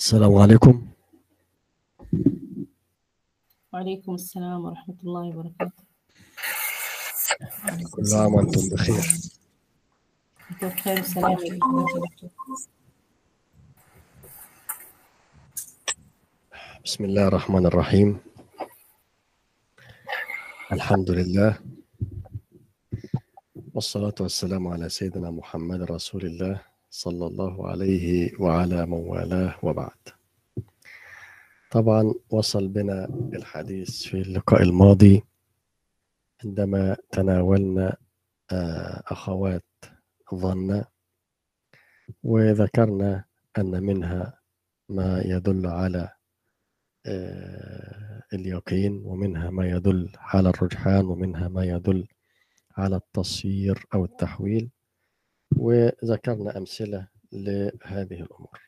السلام عليكم. وعليكم السلام ورحمة الله وبركاته. كل عام وأنتم بخير. أنتم بخير وسلامة يا دكتور. بسم الله الرحمن الرحيم. الحمد لله والصلاة والسلام على سيدنا محمد رسول الله صلى الله عليه وعلى من والاه وبعد. طبعا وصل بنا الحديث في اللقاء الماضي عندما تناولنا أخوات ظن، وذكرنا أن منها ما يدل على اليقين، ومنها ما يدل على الرجحان، ومنها ما يدل على التصيير أو التحويل، وذكرنا أمثلة لهذه الأمور.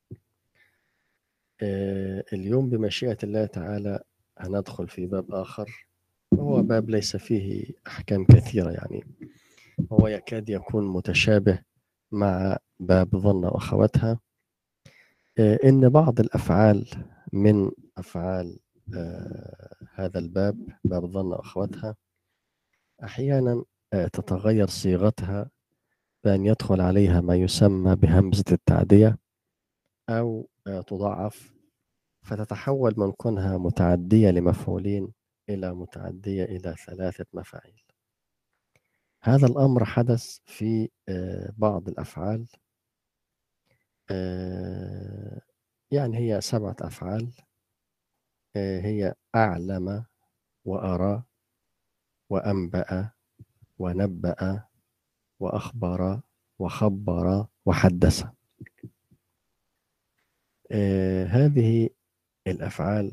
اليوم بمشيئة الله تعالى هندخل في باب آخر، وهو باب ليس فيه أحكام كثيرة، يعني هو يكاد يكون متشابه مع باب ظن وأخواتها. إن بعض الأفعال من أفعال هذا الباب، باب ظن وأخواتها، أحيانا تتغير صيغتها بأن يدخل عليها ما يسمى بهمزة التعدية، أو تضاعف فتتحول من كونها متعدية لمفعولين إلى متعدية إلى 3 مفاعيل. هذا الأمر حدث في بعض الأفعال، يعني هي 7 أفعال، هي أعلم وأرى وأنبأ ونبأ وأخبر وخبر وحدث. هذه الأفعال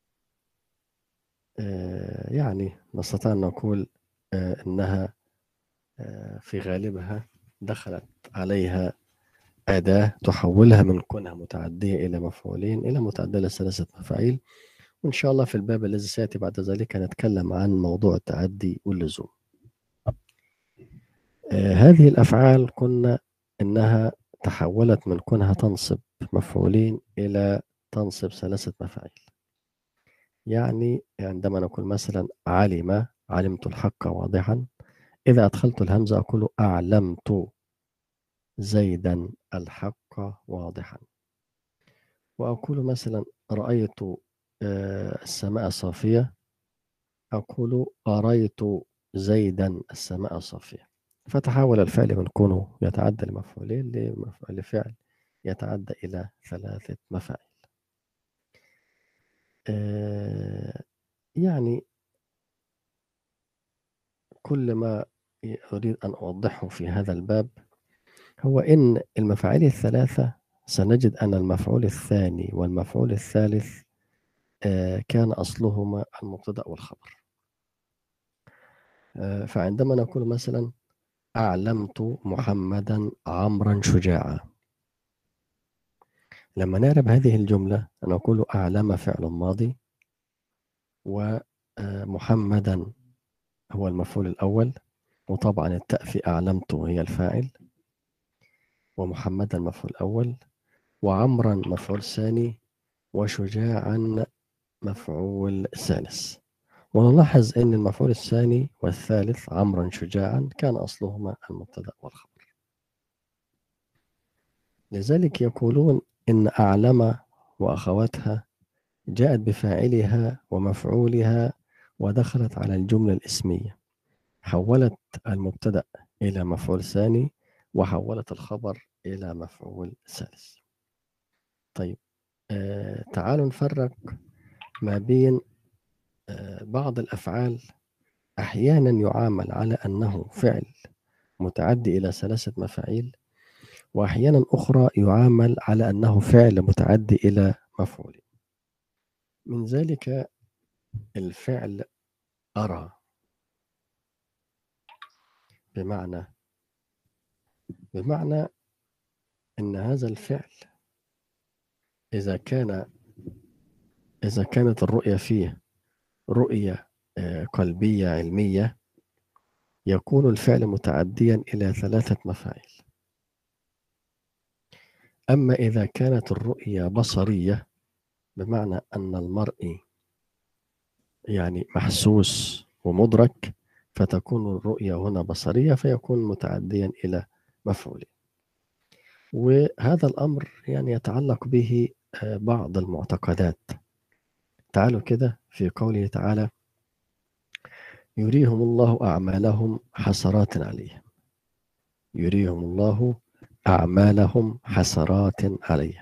يعني نستطيع أن نقول أنها في غالبها دخلت عليها أداة تحولها من كونها متعدية إلى مفعولين إلى متعدية ل3 مفاعيل. وإن شاء الله في الباب الذي سيأتي بعد ذلك نتكلم عن موضوع التعدي واللزوم. هذه الأفعال قلنا إنها تحولت من كونها تنصب مفعولين إلى تنصب 3 مفاعيل. يعني عندما نقول مثلا علمت الحق واضحا، إذا أدخلت الهمزة أقول أعلمت زيدا الحق واضحا. وأقول مثلا رأيت السماء صافية، أقول أريت زيدا السماء صافية. فتحول الفعل من كونه يتعدى لمفعولين لفعل يتعدى إلى 3 مفاعيل. يعني كل ما أريد أن أوضحه في هذا الباب هو إن المفاعيل ال3 سنجد أن المفعول الثاني والمفعول الثالث كان أصلهما المبتدأ والخبر. فعندما نقول مثلا أعلمت محمدا عمرا شجاعا، لما نعرب هذه الجملة نقول أعلم فعل ماضي، ومحمدا هو المفعول الأول، وطبعا التاء في أعلمت هي الفاعل، ومحمدا مفعول أول، وعمرا مفعول ثاني، وشجاعا مفعول ثالث. ونلاحظ أن المفعول الثاني والثالث عمرا شجاعا كان أصلهما المبتدأ والخبر. لذلك يقولون إن أعلم وأخواتها جاءت بفاعلها ومفعولها ودخلت على الجملة الاسمية، حولت المبتدأ إلى مفعول ثاني وحولت الخبر إلى مفعول ثالث. طيب تعالوا نفرق ما بين بعض الأفعال أحيانا يعامل على أنه فعل متعدي إلى 3 مفاعيل، وأحيانا أخرى يعامل على أنه فعل متعدي إلى مفعول. من ذلك الفعل أرى، بمعنى أن هذا الفعل إذا كانت الرؤية فيه رؤية قلبية علمية يكون الفعل متعديا إلى 3 مفاعيل. أما إذا كانت الرؤية بصرية بمعنى أن المرء يعني محسوس ومدرك، فتكون الرؤية هنا بصرية فيكون متعديا إلى مفعول. وهذا الأمر يعني يتعلق به بعض المعتقدات. تعالوا كده في قوله تعالى: يريهم الله أعمالهم حسرات عليهم. يريهم الله أعمالهم حسرات عليهم.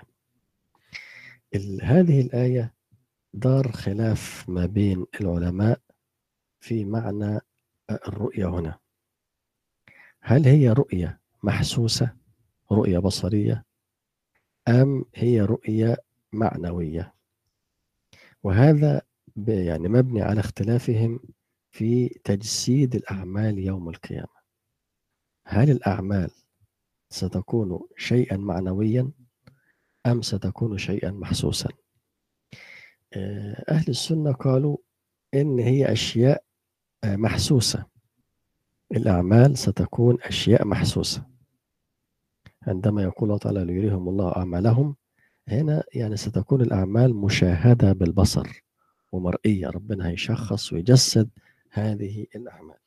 هذه الآية دار خلاف ما بين العلماء في معنى الرؤية هنا. هل هي رؤية محسوسة، رؤية بصرية، أم هي رؤية معنوية؟ وهذا يعني مبني على اختلافهم في تجسيد الأعمال يوم القيامة. هل الأعمال ستكون شيئا معنويا أم ستكون شيئا محسوسا؟ أهل السنة قالوا إن هي أشياء محسوسة. الأعمال ستكون أشياء محسوسة. عندما يقول الله تعالى: ليريهم الله أعمالهم، هنا يعني ستكون الأعمال مشاهدة بالبصر ومرئية. ربنا هيشخص ويجسد هذه الأعمال.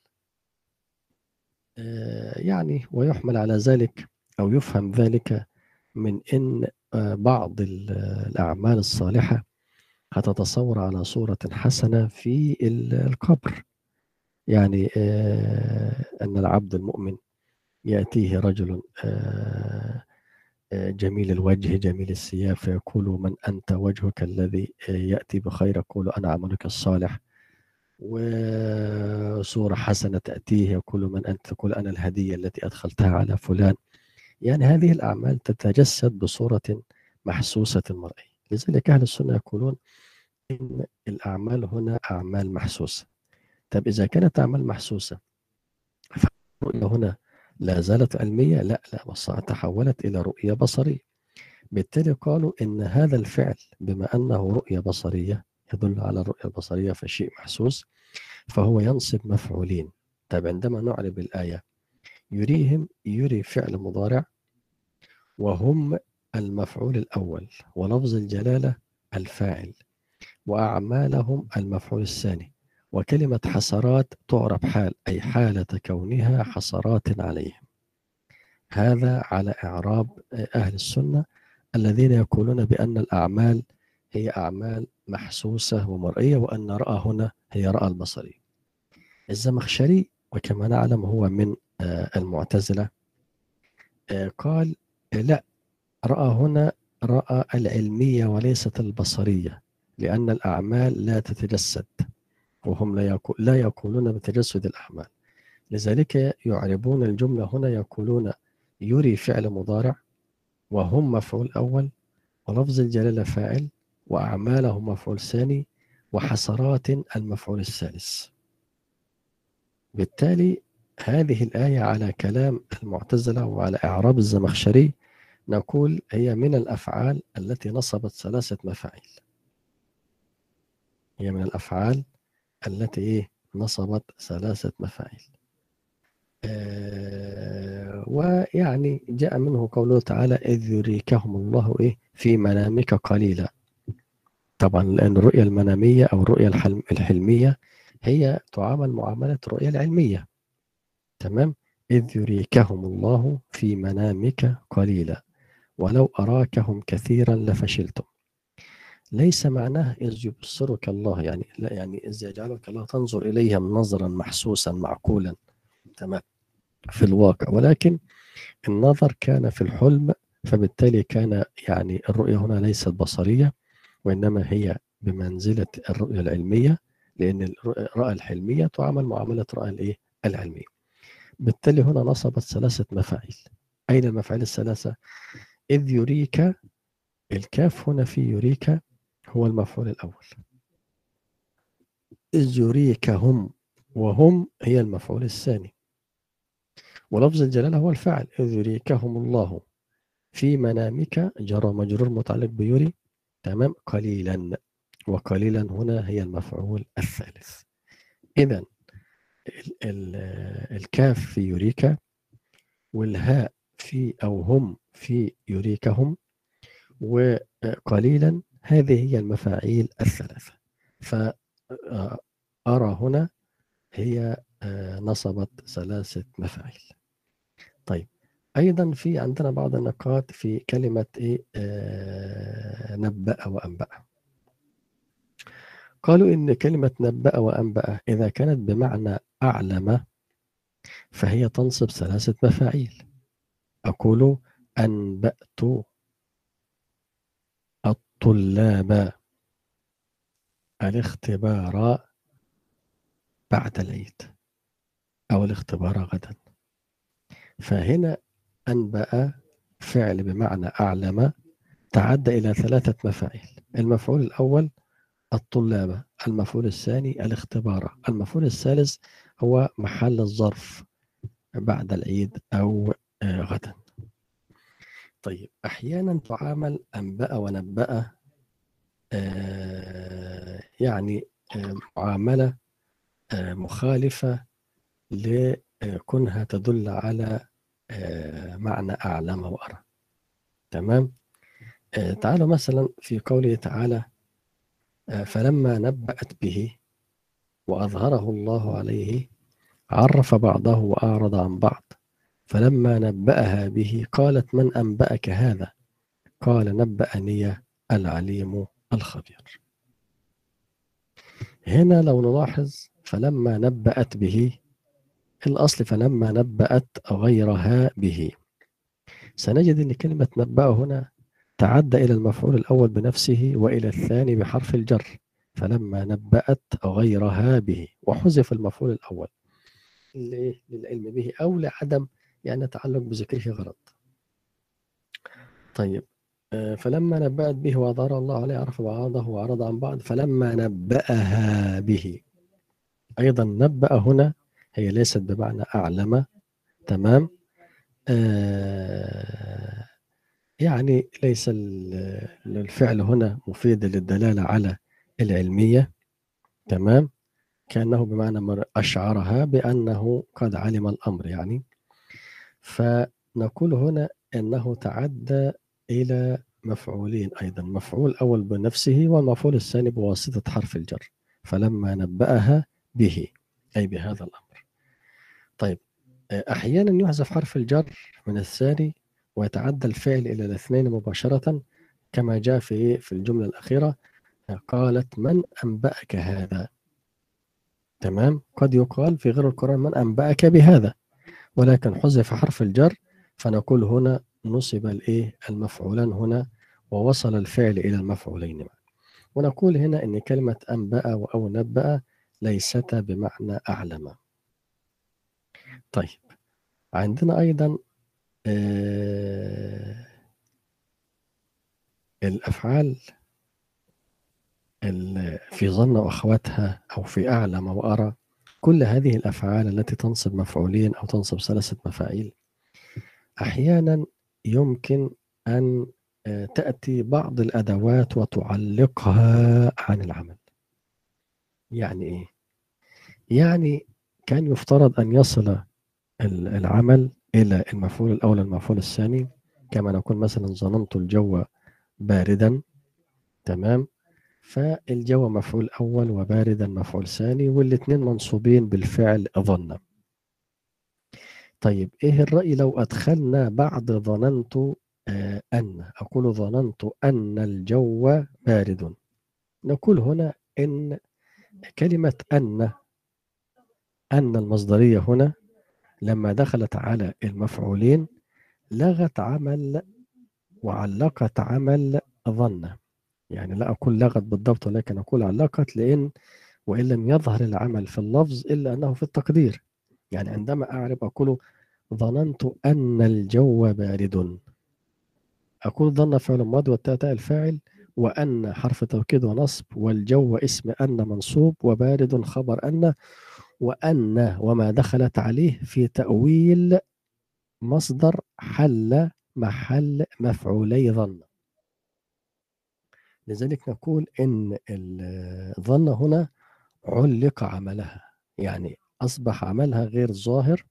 يعني ويحمل على ذلك أو يفهم ذلك من إن بعض الأعمال الصالحة هتتصور على صورة حسنة في القبر. يعني أن العبد المؤمن يأتيه رجل جميل الوجه جميل الثياب فيقول: من أنت؟ وجهك الذي يأتي بخير. يقول: أنا عملك الصالح. وصورة حسنة تأتيه يقول: من أنت؟ تقول: أنا الهدية التي أدخلتها على فلان. يعني هذه الأعمال تتجسد بصورة محسوسة مرئية. لذلك أهل السنة يقولون إن الأعمال هنا أعمال محسوسة. طب إذا كانت أعمال محسوسة فالرؤية هنا لا زالت علمية؟ لا، بس تحولت إلى رؤية بصرية. بالتالي قالوا إن هذا الفعل بما أنه رؤية بصرية يدل على الرؤية البصرية فشيء محسوس، فهو ينصب مفعولين. طب عندما نعرب الآية: يريهم، يري فعل مضارع، وهم المفعول الأول، ولفظ الجلالة الفاعل، وأعمالهم المفعول الثاني، وكلمة حسرات تعرب حال، أي حالة كونها حسرات عليهم. هذا على إعراب أهل السنة الذين يقولون بأن الأعمال هي أعمال محسوسة ومرئية، وأن رأى هنا هي رأى البصري. الزمخشري وكما نعلم هو من المعتزلة قال: لا، رأى هنا رأى العلمية وليست البصرية، لأن الأعمال لا تتجسد، وهم لا يقولون بتجسد الأعمال. لذلك يعربون الجملة هنا يقولون: يري فعل مضارع، وهم مفعول أول، ولفظ الجلالة فاعل، وأعماله مفعول ثاني، وحسرات المفعول الثالث. بالتالي هذه الآية على كلام المعتزلة وعلى إعراب الزمخشري نقول هي من الأفعال التي نصبت ثلاثة مفاعيل. هي من الأفعال التي نصبت ثلاثة مفاعيل. ويعني جاء منه قوله تعالى: إذ يريكهم الله في منامك قليلا. طبعا لأن الرؤية المنامية أو الرؤية الحلمية هي تعامل معاملة الرؤية العلمية. تمام. إذ يريكهم الله في منامك قليلا ولو أراكهم كثيرا لفشلتم. ليس معناه إذ يبصرك الله، يعني لا، يعني إذ يجعلك الله تنظر إليهم نظرا محسوسا معقولا تمام في الواقع، ولكن النظر كان في الحلم، فبالتالي كان يعني الرؤية هنا ليست بصرية، وإنما هي بمنزلة الرؤية العلمية، لأن الرؤية الحلمية تعامل معاملة الرؤية العلمية. بالتالي هنا نصبت ثلاثة مفاعيل. أين المفاعيل الثلاثة؟ إذ يريك، الكاف هنا في يريك هو المفعول الأول. إذ يريكهم، وهم هي المفعول الثاني. ولفظ الجلالة هو الفاعل. إذ يريكهم الله في منامك جرى مجرور متعلق بيري تمام قليلا، وقليلا هنا هي المفعول الثالث. إذن الكاف في يريك، والهاء في أو هم في يريكهم، وقليلا هذه هي المفاعيل الثلاثة. فأرى هنا هي نصبت 3 مفاعيل. طيب أيضا في عندنا بعض النقاط في كلمة إيه نبأ وأنبأ. قالوا إن كلمة نبأ وأنبأ إذا كانت بمعنى أعلم فهي تنصب 3 مفاعيل. أقول أنبأت الطلاب الاختبار بعد العيد أو الاختبار غدا. فهنا أنبأ فعل بمعنى أعلم تعدى إلى 3 مفاعيل. المفعول الأول الطلاب، المفعول الثاني الاختبار، المفعول الثالث هو محل الظرف بعد العيد أو غدا. طيب أحيانا تعامل أنبأ ونبأ يعني معاملة مخالفة لكونها تدل على معنى أعلم وأرى. تمام. تعالوا مثلا في قوله تعالى فلما نبأت به وأظهره الله عليه عرف بعضه وأعرض عن بعض فلما نبأها به قالت من أنبأك هذا قال نبأني العليم الخبير. هنا لو نلاحظ فلما نبأت به الأصل فلما نبأت غيرها به، سنجد أن كلمة نبأ هنا تعدى إلى المفعول الأول بنفسه وإلى الثاني بحرف الجر فلما نبأت غيرها به، وحذف المفعول الأول للعلم به أو لعدم يعني تعلق بذكره غرض. طيب فلما نبأت به وأظهر الله عليه عرف بعضه وأعرض عن بعض فلما نبأها به. أيضا نبأ هنا هي ليست بمعنى أعلم. تمام. يعني ليس الفعل هنا مفيد للدلالة على العلمية. تمام. كأنه بمعنى أشعرها بأنه قد علم الأمر يعني. فنقول هنا أنه تعدى إلى مفعولين أيضا، مفعول أول بنفسه والمفعول الثاني بواسطة حرف الجر فلما نبأها به أي بهذا الأمر. طيب أحيانا يحذف حرف الجر من الثاني ويتعدى الفعل إلى الاثنين مباشرة كما جاء في الجملة الأخيرة قالت من أنبأك هذا. تمام. قد يقال في غير القرآن من أنبأك بهذا ولكن حذف حرف الجر فنقول هنا نصب المفعولان هنا ووصل الفعل إلى المفعولين معا. ونقول هنا أن كلمة أنبأ أو نبأ ليستا بمعنى أعلم. طيب عندنا أيضا الأفعال في ظن وأخواتها أو في أعلم وأرى، كل هذه الأفعال التي تنصب مفعولين أو تنصب 3 مفاعيل أحيانا يمكن أن تأتي بعض الأدوات وتعلقها عن العمل. يعني إيه؟ يعني كان يفترض أن يصل العمل إلى المفعول الأول المفعول الثاني، كما نقول مثلا ظننت الجو باردا. تمام. فالجو مفعول أول وباردا مفعول ثاني والاثنين منصوبين بالفعل ظن. طيب إيه الرأي لو أدخلنا بعد ظننت أن، أقول ظننت أن الجو بارد. نقول هنا إن كلمة أن المصدرية هنا لما دخلت على المفعولين لغت عمل وعلقت عمل ظن. يعني لا أقول لغت بالضبط ولكن أقول علقت، لأن وإن لم يظهر العمل في اللفظ إلا أنه في التقدير. يعني عندما أعرف أقول ظننت أن الجو بارد، أقول ظن فعل ماضي والتاء الفاعل وأن حرف توكيد ونصب والجو اسم أن منصوب وبارد خبر أن، وأن وما دخلت عليه في تأويل مصدر حل محل مفعولي ظن. لذلك نقول إن الظن هنا علق عملها، يعني أصبح عملها غير ظاهر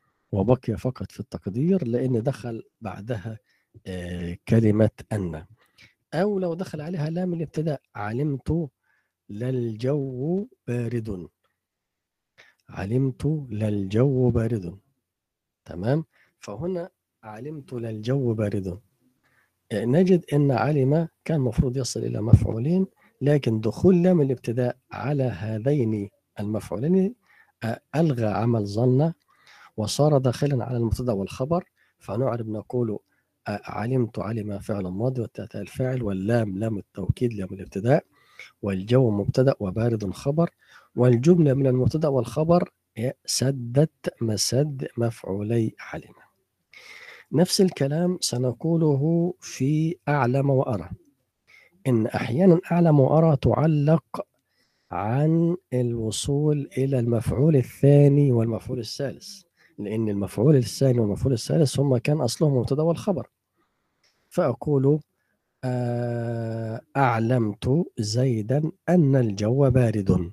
وبقي فقط في التقدير لأن دخل بعدها كلمة أن. أو لو دخل عليها لام الابتداء، علمت للجو بارد، علمت للجو بارد. تمام. فهنا علمت للجو بارد، نجد أن علم كان المفروض يصل إلى مفعولين، لكن دخول لام الابتداء على هذين المفعولين ألغى عمل ظن وصار داخلا على المبتدا والخبر. فنعرب نقول علمت، علم فعل ماضي والتاء الفاعل، واللام لام التوكيد لام الابتداء، والجو مبتدا وبارد خبر، والجمله من المبتدا والخبر سدت مسد مفعولي علم. نفس الكلام سنقوله في أعلم وأرى، إن أحيانا أعلم وأرى تعلق عن الوصول إلى المفعول الثاني والمفعول الثالث، لأن المفعول الثاني والمفعول الثالث هما كان أصلهم مبتدأ والخبر. فأقول أعلمت زيدا أن الجو بارد،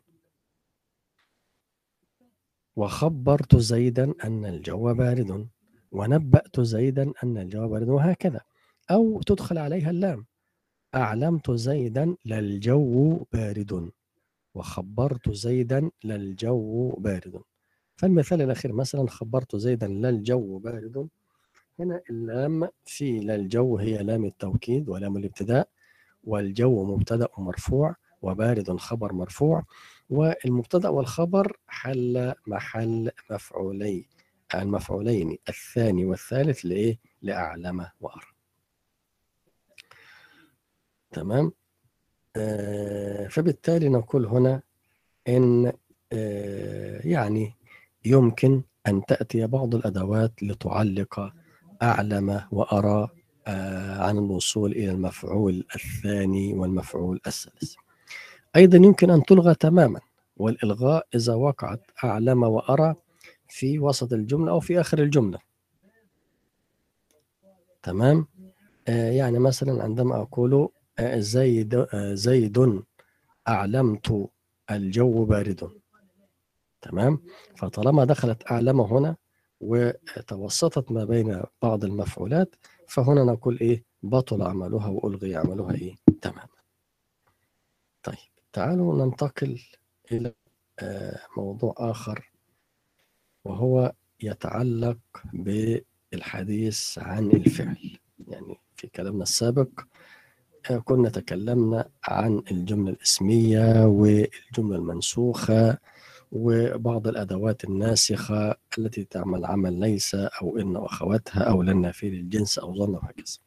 وخبرت زيدا أن الجو بارد، ونبأت زيدا أن الجو بارد، وهكذا. أو تدخل عليها اللام، أعلمت زيدا للجو بارد، وخبرت زيدا للجو بارد. فالمثال الأخير مثلا خبرت زيدا للجو بارد، هنا اللام في للجو هي لام التوكيد ولام الابتداء، والجو مبتدأ مرفوع، وبارد خبر مرفوع، والمبتدأ والخبر حل محل المفعولين الثاني والثالث لإيه؟ لأعلم وأرى. تمام. فبالتالي نقول هنا إن يعني يمكن أن تأتي بعض الأدوات لتعلق أعلم وأرى عن الوصول إلى المفعول الثاني والمفعول الثالث. أيضا يمكن أن تلغى تماما، والإلغاء إذا وقعت أعلم وأرى في وسط الجملة أو في آخر الجملة. تمام. يعني مثلا عندما أقول زيد أعلمت الجو بارد. تمام. فطالما دخلت أعلم هنا وتوسطت ما بين بعض المفعولات، فهنا نقول إيه؟ بطل عملها وألغي عملها إيه؟ تمام. طيب تعالوا ننتقل إلى موضوع آخر، وهو يتعلق بالحديث عن الفعل. يعني في كلامنا السابق كنا تكلمنا عن الجملة الاسمية والجملة المنسوخة وبعض الأدوات الناسخة التي تعمل عمل ليس أو إن وأخواتها أو لن في الجنس أو ظن وهكذا.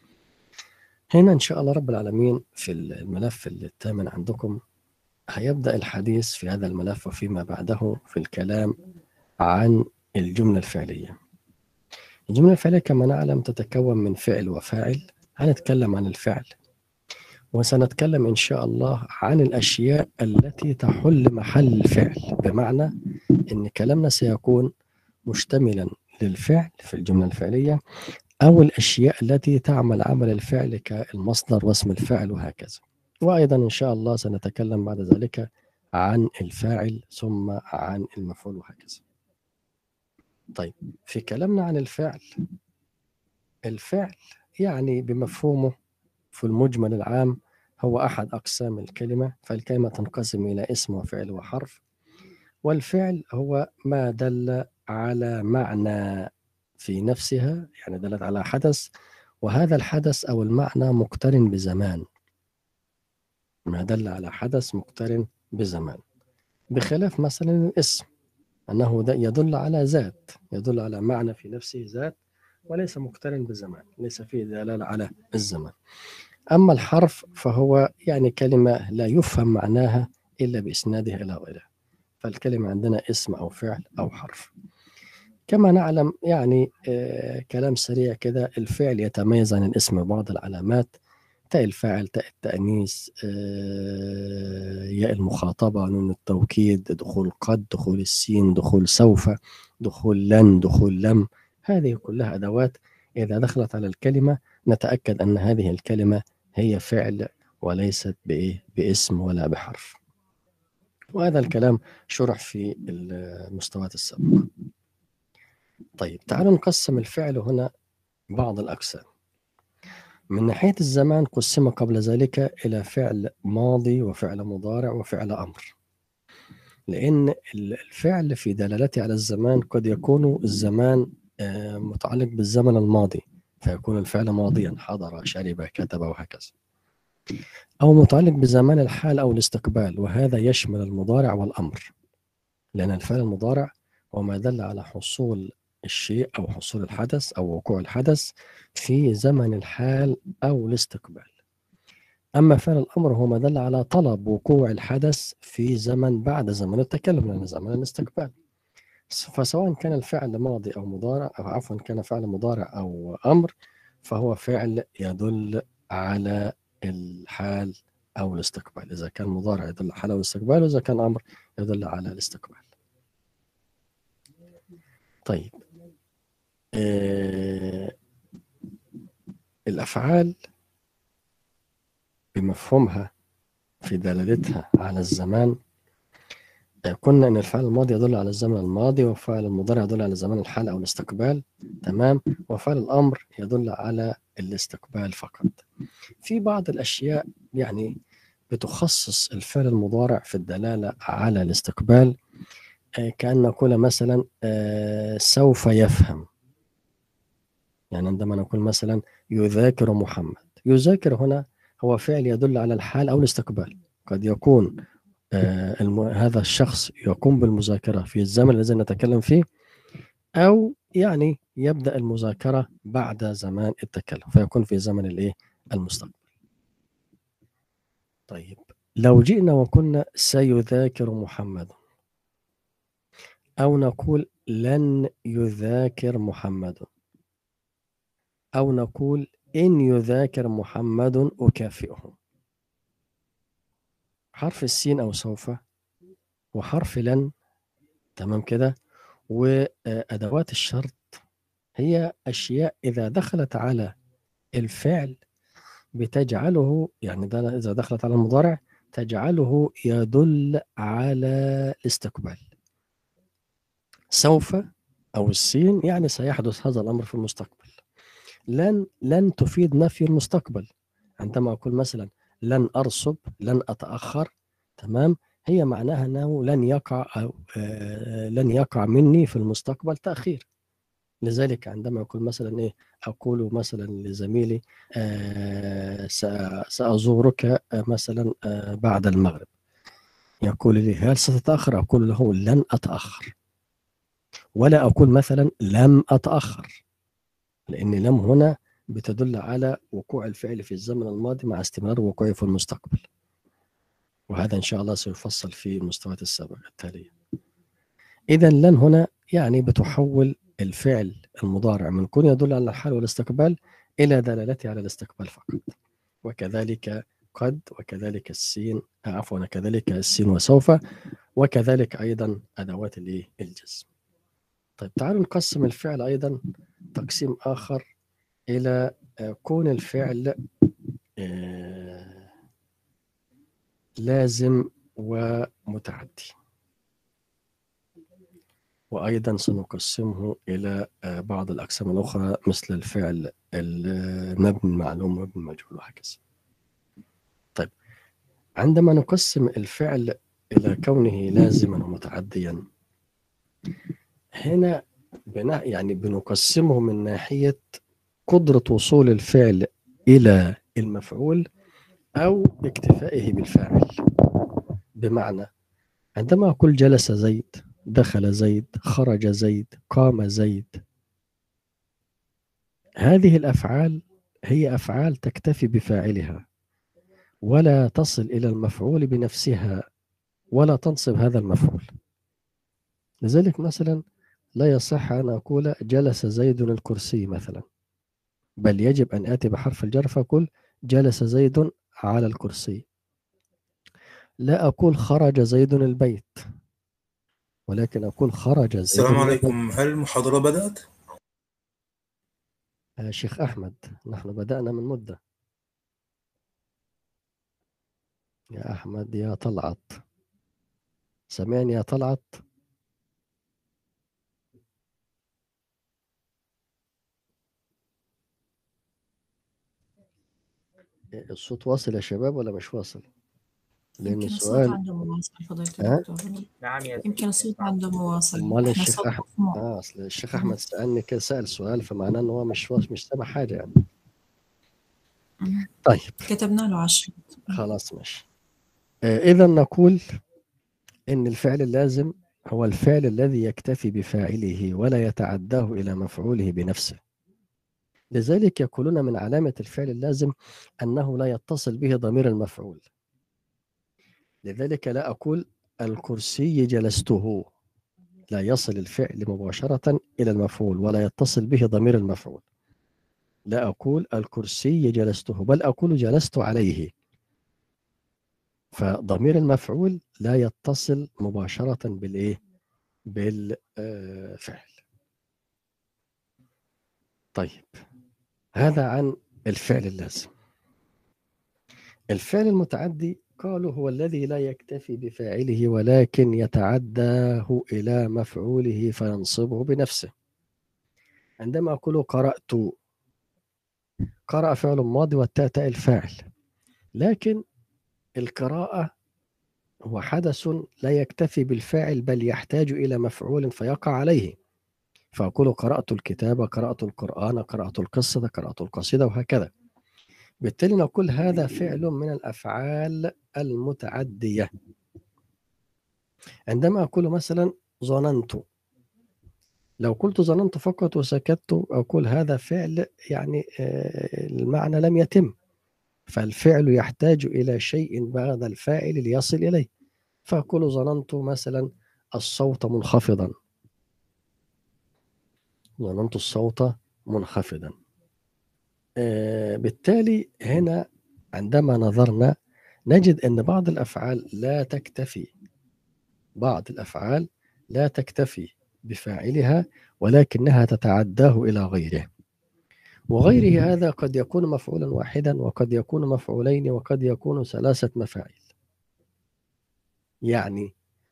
هنا إن شاء الله رب العالمين في الملف الثامن عندكم هيبدأ الحديث في هذا الملف وفيما بعده في الكلام عن الجملة الفعلية. الجملة الفعلية كما نعلم تتكون من فعل وفاعل. هنتكلم عن الفعل، وسنتكلم إن شاء الله عن الأشياء التي تحل محل الفعل، بمعنى إن كلامنا سيكون مشتملا للفعل في الجملة الفعلية، أو الأشياء التي تعمل عمل الفعل كالمصدر واسم الفاعل وهكذا. وأيضا إن شاء الله سنتكلم بعد ذلك عن الفاعل ثم عن المفعول وهكذا. طيب في كلامنا عن الفعل، الفعل يعني بمفهومه في المجمل العام هو أحد أقسام الكلمة. فالكلمة تنقسم إلى اسم وفعل وحرف، والفعل هو ما دل على معنى في نفسها، يعني دلت على حدث، وهذا الحدث أو المعنى مقترن بزمان. ما دل على حدث مقترن بزمان، بخلاف مثلا الاسم أنه يدل على ذات، يدل على معنى في نفسه ذات، وليس مقترن بزمان، ليس فيه دلالة على الزمان. أما الحرف فهو يعني كلمة لا يفهم معناها إلا بإسنادها إلى غيرها. فالكلمة عندنا اسم أو فعل أو حرف. كما نعلم يعني كلام سريع كده، الفعل يتميز عن الاسم ببعض العلامات: تاء الفاعل، تاء التأنيث، ياء المخاطبة، نون التوكيد، دخول قد، دخول السين، دخول سوف، دخول لن، دخول لم. هذه كلها أدوات إذا دخلت على الكلمة نتأكد أن هذه الكلمة هي فعل وليست باسم ولا بحرف. وهذا الكلام شرح في المستويات السابقة. طيب تعالوا نقسم الفعل هنا بعض الأقسام. من ناحية الزمان قسم قبل ذلك إلى فعل ماضي وفعل مضارع وفعل أمر، لأن الفعل في دلالته على الزمان قد يكون الزمان متعلق بالزمن الماضي، فيكون الفعل ماضيا حضر شرب كتب وهكذا، أو متعلق بزمان الحال أو الاستقبال، وهذا يشمل المضارع والأمر، لأن الفعل المضارع هو ما دل على حصول الشيء أو حصول الحدث أو وقوع الحدث في زمن الحال أو الاستقبال. أما فعل الأمر هو ما دل على طلب وقوع الحدث في زمن بعد زمن التكلم، لأن زمن الاستقبال. فسواء كان الفعل ماضي أو مضارع، أو عفوا كان فعل مضارع أو أمر، فهو فعل يدل على الحال أو الاستقبال. إذا كان مضارع يدل على الحال أو الاستقبال، وإذا كان أمر يدل على الاستقبال. طيب، الأفعال بمفهومها في دلالتها على الزمان، قلنا ان الفعل الماضي يدل على الزمن الماضي، وفعل المضارع يدل على زمان الحال او الاستقبال، تمام، وفعل الامر يدل على الاستقبال فقط. في بعض الاشياء يعني بتخصص الفعل المضارع في الدلاله على الاستقبال، كأن نقول مثلا سوف يفهم. يعني عندما نقول مثلا يذاكر محمد، يذاكر هنا هو فعل يدل على الحال او الاستقبال. قد يكون هذا الشخص يقوم بالمذاكرة في الزمن الذي نتكلم فيه، أو يعني يبدأ المذاكرة بعد زمان التكلم، فيكون في زمن الإيه؟ المستقبل. طيب، لو جئنا وقلنا سيذاكر محمد، أو نقول لن يذاكر محمد، أو نقول إن يذاكر محمد أكافئه، حرف السين أو سوف وحرف لن، تمام كده، وأدوات الشرط هي أشياء إذا دخلت على الفعل بتجعله، يعني ده إذا دخلت على المضارع تجعله يدل على الاستقبال. سوف أو السين يعني سيحدث هذا الأمر في المستقبل. لن تفيد نفي المستقبل. عندما أقول مثلا لن أرسب، لن أتأخر، تمام، هي معناها أنه لن يقع أو لن يقع مني في المستقبل تأخير. لذلك عندما أقول مثلا إيه، أقول مثلا لزميلي سأزورك مثلا بعد المغرب، يقول لي هل ستتأخر؟ أقول له لن أتأخر، ولا أقول مثلا لم أتأخر، لأن لم هنا بتدل على وقوع الفعل في الزمن الماضي مع استمرار وقوعه في المستقبل، وهذا إن شاء الله سيفصل في المستويات السابقة التالية. إذا لن هنا يعني بتحول الفعل المضارع من كون يدل على الحال والاستقبال إلى دلالته على الاستقبال فقط. وكذلك قد، وكذلك السين، عفوا كذلك السين وسوف، وكذلك أيضا أدوات الجزم. طيب، تعالوا نقسم الفعل أيضا تقسيم آخر إلى كون الفعل لازم ومتعدي، وأيضا سنقسمه إلى بعض الأقسام الأخرى مثل الفعل المبني المعلوم وابن المجهول وهكذا. طيب، عندما نقسم الفعل إلى كونه لازما ومتعديا، هنا يعني بنقسمه من ناحية قدرة وصول الفعل إلى المفعول أو اكتفائه بالفاعل. بمعنى عندما أقول جلس زيد، دخل زيد، خرج زيد، قام زيد، هذه الأفعال هي أفعال تكتفي بفاعلها ولا تصل إلى المفعول بنفسها ولا تنصب هذا المفعول. لذلك مثلا لا يصح أن أقول جلس زيد الكرسي مثلا، بل يجب أن آتي بحرف الجر فأقول جلس زيد على الكرسي. لا أقول خرج زيد البيت، ولكن أقول خرج زيد السلام من البيت. عليكم، هل المحاضرة بدأت؟ شيخ أحمد، نحن بدأنا من مدة. يا أحمد يا طلعت، سمعني يا طلعت. الصوت واصل يا شباب ولا مش واصل؟ لأن يمكن الصوت السؤال عنده مواصل فضيلة ها؟ الدكتور. نعم يا يمكن الصوت عنده مواصل، أمال احنا الشيخ الصوت أحمد مسموع. أصل الشيخ أحمد سألني كده، سأل سؤال، فمعناه إن هو مش سامع حاجة يعني. طيب كتبنا له 10. خلاص ماشي. إذا نقول إن الفعل اللازم هو الفعل الذي يكتفي بفاعله ولا يتعداه إلى مفعوله بنفسه. لذلك يقولون من علامة الفعل اللازم أنه لا يتصل به ضمير المفعول. لذلك لا أقول الكرسي جلسته، لا يصل الفعل مباشرة إلى المفعول ولا يتصل به ضمير المفعول. لا أقول الكرسي جلسته، بل أقول جلست عليه. فضمير المفعول لا يتصل مباشرة بالإيه؟ بالفعل. طيب هذا عن الفعل اللازم. الفعل المتعدي قالوا هو الذي لا يكتفي بفاعله ولكن يتعداه إلى مفعوله فينصبه بنفسه. عندما أقول قرأت، قرأ فعل ماضي والتاء تاء الفاعل، لكن القراءة هو حدث لا يكتفي بالفاعل بل يحتاج إلى مفعول فيقع عليه. فأقول قرأت الكتاب، قرأت القرآن، قرأت القصة، قرأت القصيدة، وهكذا. بالتالي نقول هذا فعل من الأفعال المتعدية. عندما أقول مثلا ظننت، لو قلت ظننت فقط وسكت أقول هذا فعل يعني المعنى لم يتم، فالفعل يحتاج إلى شيء بعد الفاعل ليصل إليه. فأقول ظننت مثلا الصوت منخفضا، ظننت الصوت منخفضا. بالتالي هنا عندما نظرنا نجد أن بعض الأفعال لا تكتفي، بعض الأفعال لا تكتفي بفاعلها ولكنها تتعداه إلى غيره، وغيره هذا قد يكون مفعولا واحدا وقد يكون مفعولين وقد يكون 3 مفاعيل. يعني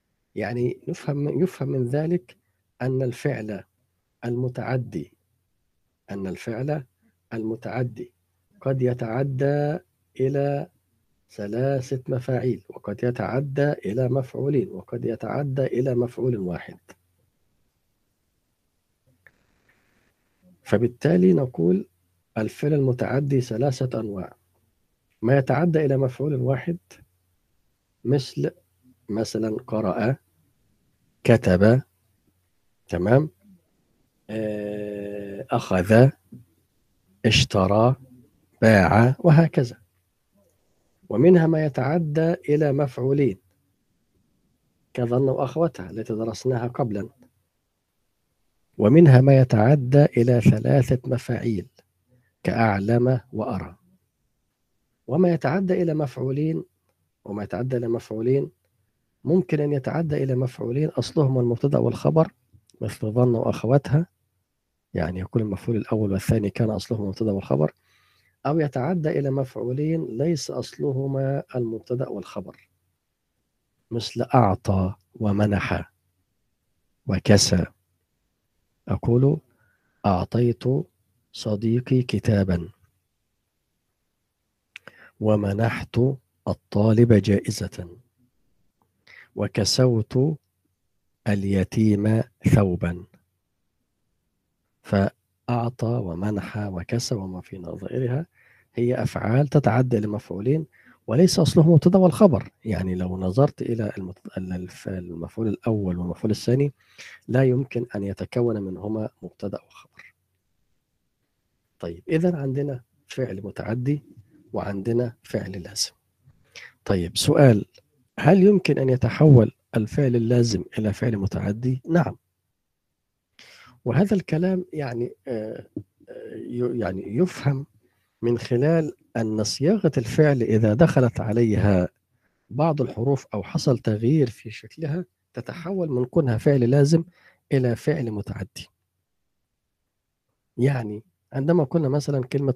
يفهم من ذلك أن الفعل المتعدي، أن الفعل المتعدي قد يتعدى إلى 3 مفاعيل وقد يتعدى إلى مفعولين وقد يتعدى إلى مفعول واحد. فبالتالي نقول الفعل المتعدي 3 أنواع. ما يتعدى إلى مفعول واحد مثلا قرأ، كتب، تمام، أخذ، اشترى، باع، وهكذا. ومنها ما يتعدى إلى مفعولين كظن وأخواتها التي درسناها قبلا. ومنها ما يتعدى إلى 3 مفاعيل كأعلم وأرى. وما يتعدى إلى مفعولين ممكن أن يتعدى إلى مفعولين أصلهما المبتدأ والخبر مثل ظن وأخواتها، يعني يكون المفعول الأول والثاني كان أصلهما المبتدأ والخبر، أو يتعدى إلى مفعولين ليس أصلهما المبتدأ والخبر مثل أعطى ومنح وكسى. أقول أعطيت صديقي كتابا ومنحت الطالب جائزة وكسوت اليتيم ثوبا. فأعطى ومنح وكسى وما في نظائرها هي أفعال تتعدى لمفعولين وليس أصله مبتدأ والخبر. يعني لو نظرت إلى المفعول الأول والمفعول الثاني لا يمكن أن يتكون منهما مبتدأ وخبر. طيب إذا عندنا فعل متعدي وعندنا فعل لازم. طيب سؤال، هل يمكن أن يتحول الفعل اللازم إلى فعل متعدي؟ نعم. وهذا الكلام يعني يفهم من خلال أن صياغة الفعل إذا دخلت عليها بعض الحروف أو حصل تغيير في شكلها تتحول من كونها فعل لازم إلى فعل متعدي. يعني عندما قلنا مثلا كلمة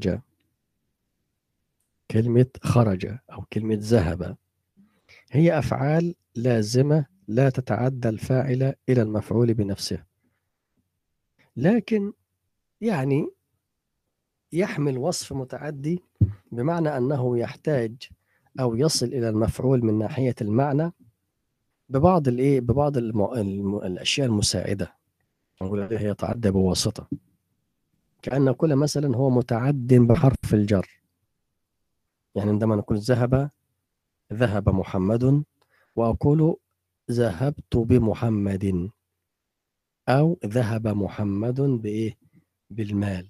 خرج أو كلمة ذهب، هي أفعال لازمة لا تتعدى الفاعل إلى المفعول بنفسه، لكن يعني يحمل وصف متعدي، بمعنى أنه يحتاج أو يصل إلى المفعول من ناحية المعنى ببعض الأشياء المساعدة، نقول هي يتعدى بواسطة، كأن نقول مثلا هو متعد بحرف الجر. يعني عندما نقول ذهب محمد، وأقول ذهبت بمحمد، أو ذهب محمد بالمال.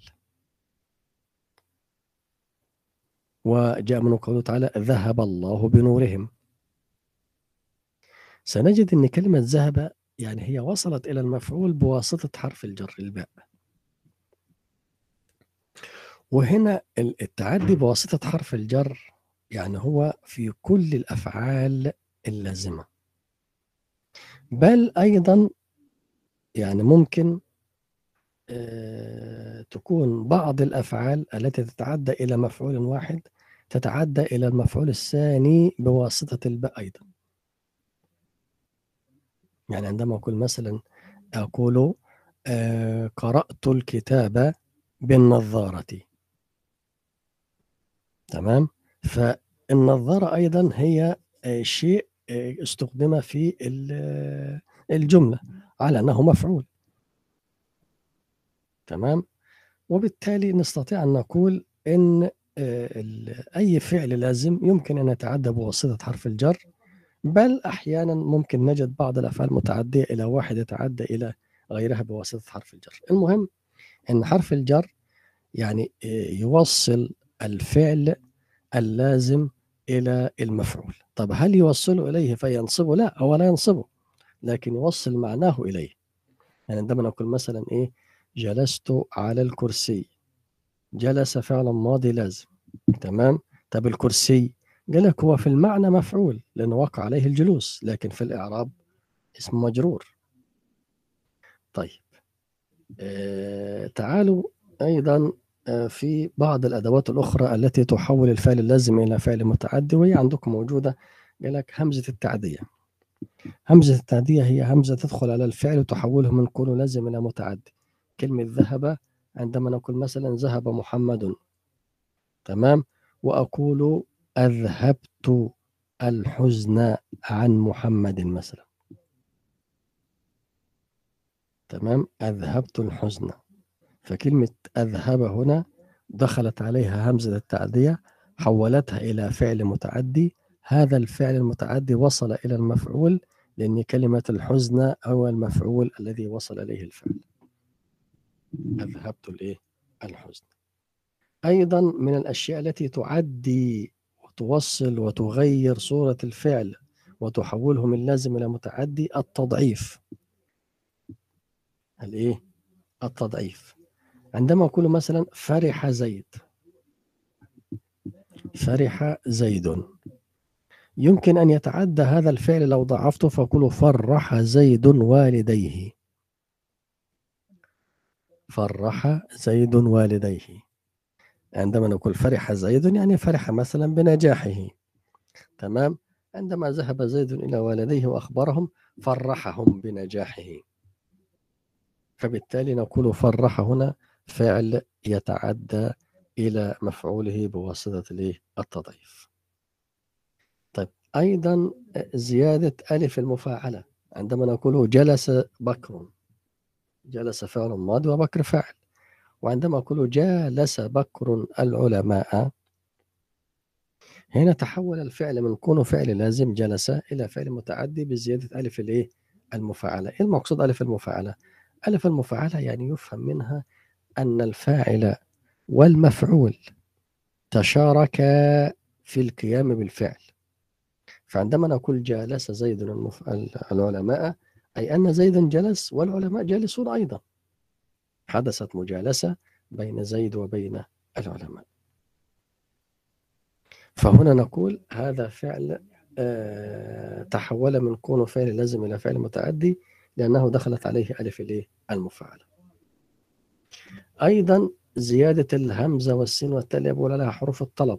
وجاء من قوله تعالى ذهب الله بنورهم. سنجد أن كلمة ذهب يعني هي وصلت إلى المفعول بواسطة حرف الجر الباء. وهنا التعدي بواسطة حرف الجر يعني هو في كل الأفعال اللازمة، بل أيضا يعني ممكن تكون بعض الأفعال التي تتعدى إلى مفعول واحد تتعدى إلى المفعول الثاني بواسطة الباء أيضا. يعني عندما أقول مثلا قرأت الكتاب بالنظارة، تمام؟ فالنظارة أيضا هي شيء استخدم في الجملة على أنه مفعول، تمام؟ وبالتالي نستطيع أن نقول إن أي فعل لازم يمكن أن يتعدى بواسطة حرف الجر، بل أحيانا ممكن نجد بعض الأفعال متعدية إلى واحد يتعدى إلى غيرها بواسطة حرف الجر. المهم أن حرف الجر يعني يوصل الفعل اللازم إلى المفعول. طب هل يوصله إليه فينصبه؟ لا، هو لا ينصبه، لكن يوصل معناه إليه. يعني عندما نقول مثلا جلست على الكرسي، جلس فعل ماضي لازم، تمام؟ طب الكرسي قال لك هو في المعنى مفعول لأنه وقع عليه الجلوس، لكن في الإعراب اسم مجرور. طيب تعالوا أيضا في بعض الأدوات الأخرى التي تحول الفعل اللازم إلى فعل متعدي، وهي عندكم موجودة. قال لك همزة التعدية. همزة التعدية هي همزة تدخل على الفعل وتحوله من كونه لازم إلى متعدي. كلمة ذهب، عندما نقول مثلا ذهب محمد، تمام؟ وأقول أذهبت الحزن عن محمد مثلا، تمام؟ أذهبت الحزن. فكلمة أذهب هنا دخلت عليها همزة التعدية، حولتها إلى فعل متعدي. هذا الفعل المتعدي وصل إلى المفعول، لأن كلمة الحزن هو المفعول الذي وصل إليه الفعل. أذهبت الحزن. أيضا من الأشياء التي تعدي وتوصل وتغير صورة الفعل وتحوله من لازم إلى متعدي التضعيف. التضعيف. عندما أقول مثلا فرح زيد، فرح زيد، يمكن أن يتعدى هذا الفعل لو ضعفته فأقول فرح زيد والديه. فرح زيد والديه. عندما نقول فرح زيد يعني فرح مثلا بنجاحه، تمام؟ عندما ذهب زيد إلى والديه وأخبرهم فرحهم بنجاحه، فبالتالي نقول فرح هنا فعل يتعدى إلى مفعوله بواسطة التضعيف. طيب أيضا زيادة ألف المفاعلة. عندما نقول جلس بكر، جلس فعل ماضي وبكر فاعل. وعندما أقول جالس بكر العلماء، هنا تحول الفعل من كونه فعل لازم جلس إلى فعل متعدي بزيادة ألف المفاعلة. إيه المقصود ألف المفاعلة؟ ألف المفاعلة يعني يفهم منها أن الفاعل والمفعول تشاركا في القيام بالفعل. فعندما نقول جالس زيد العلماء، أي أن زيدا جلس والعلماء جالسون أيضا، حدثت مجالسة بين زيد وبين العلماء. فهنا نقول هذا فعل تحول من كونه فعل لازم إلى فعل متعدي لأنه دخلت عليه ألف المفاعلة. أيضا زيادة الهمزة والسين والتاء يقول لها حروف الطلب.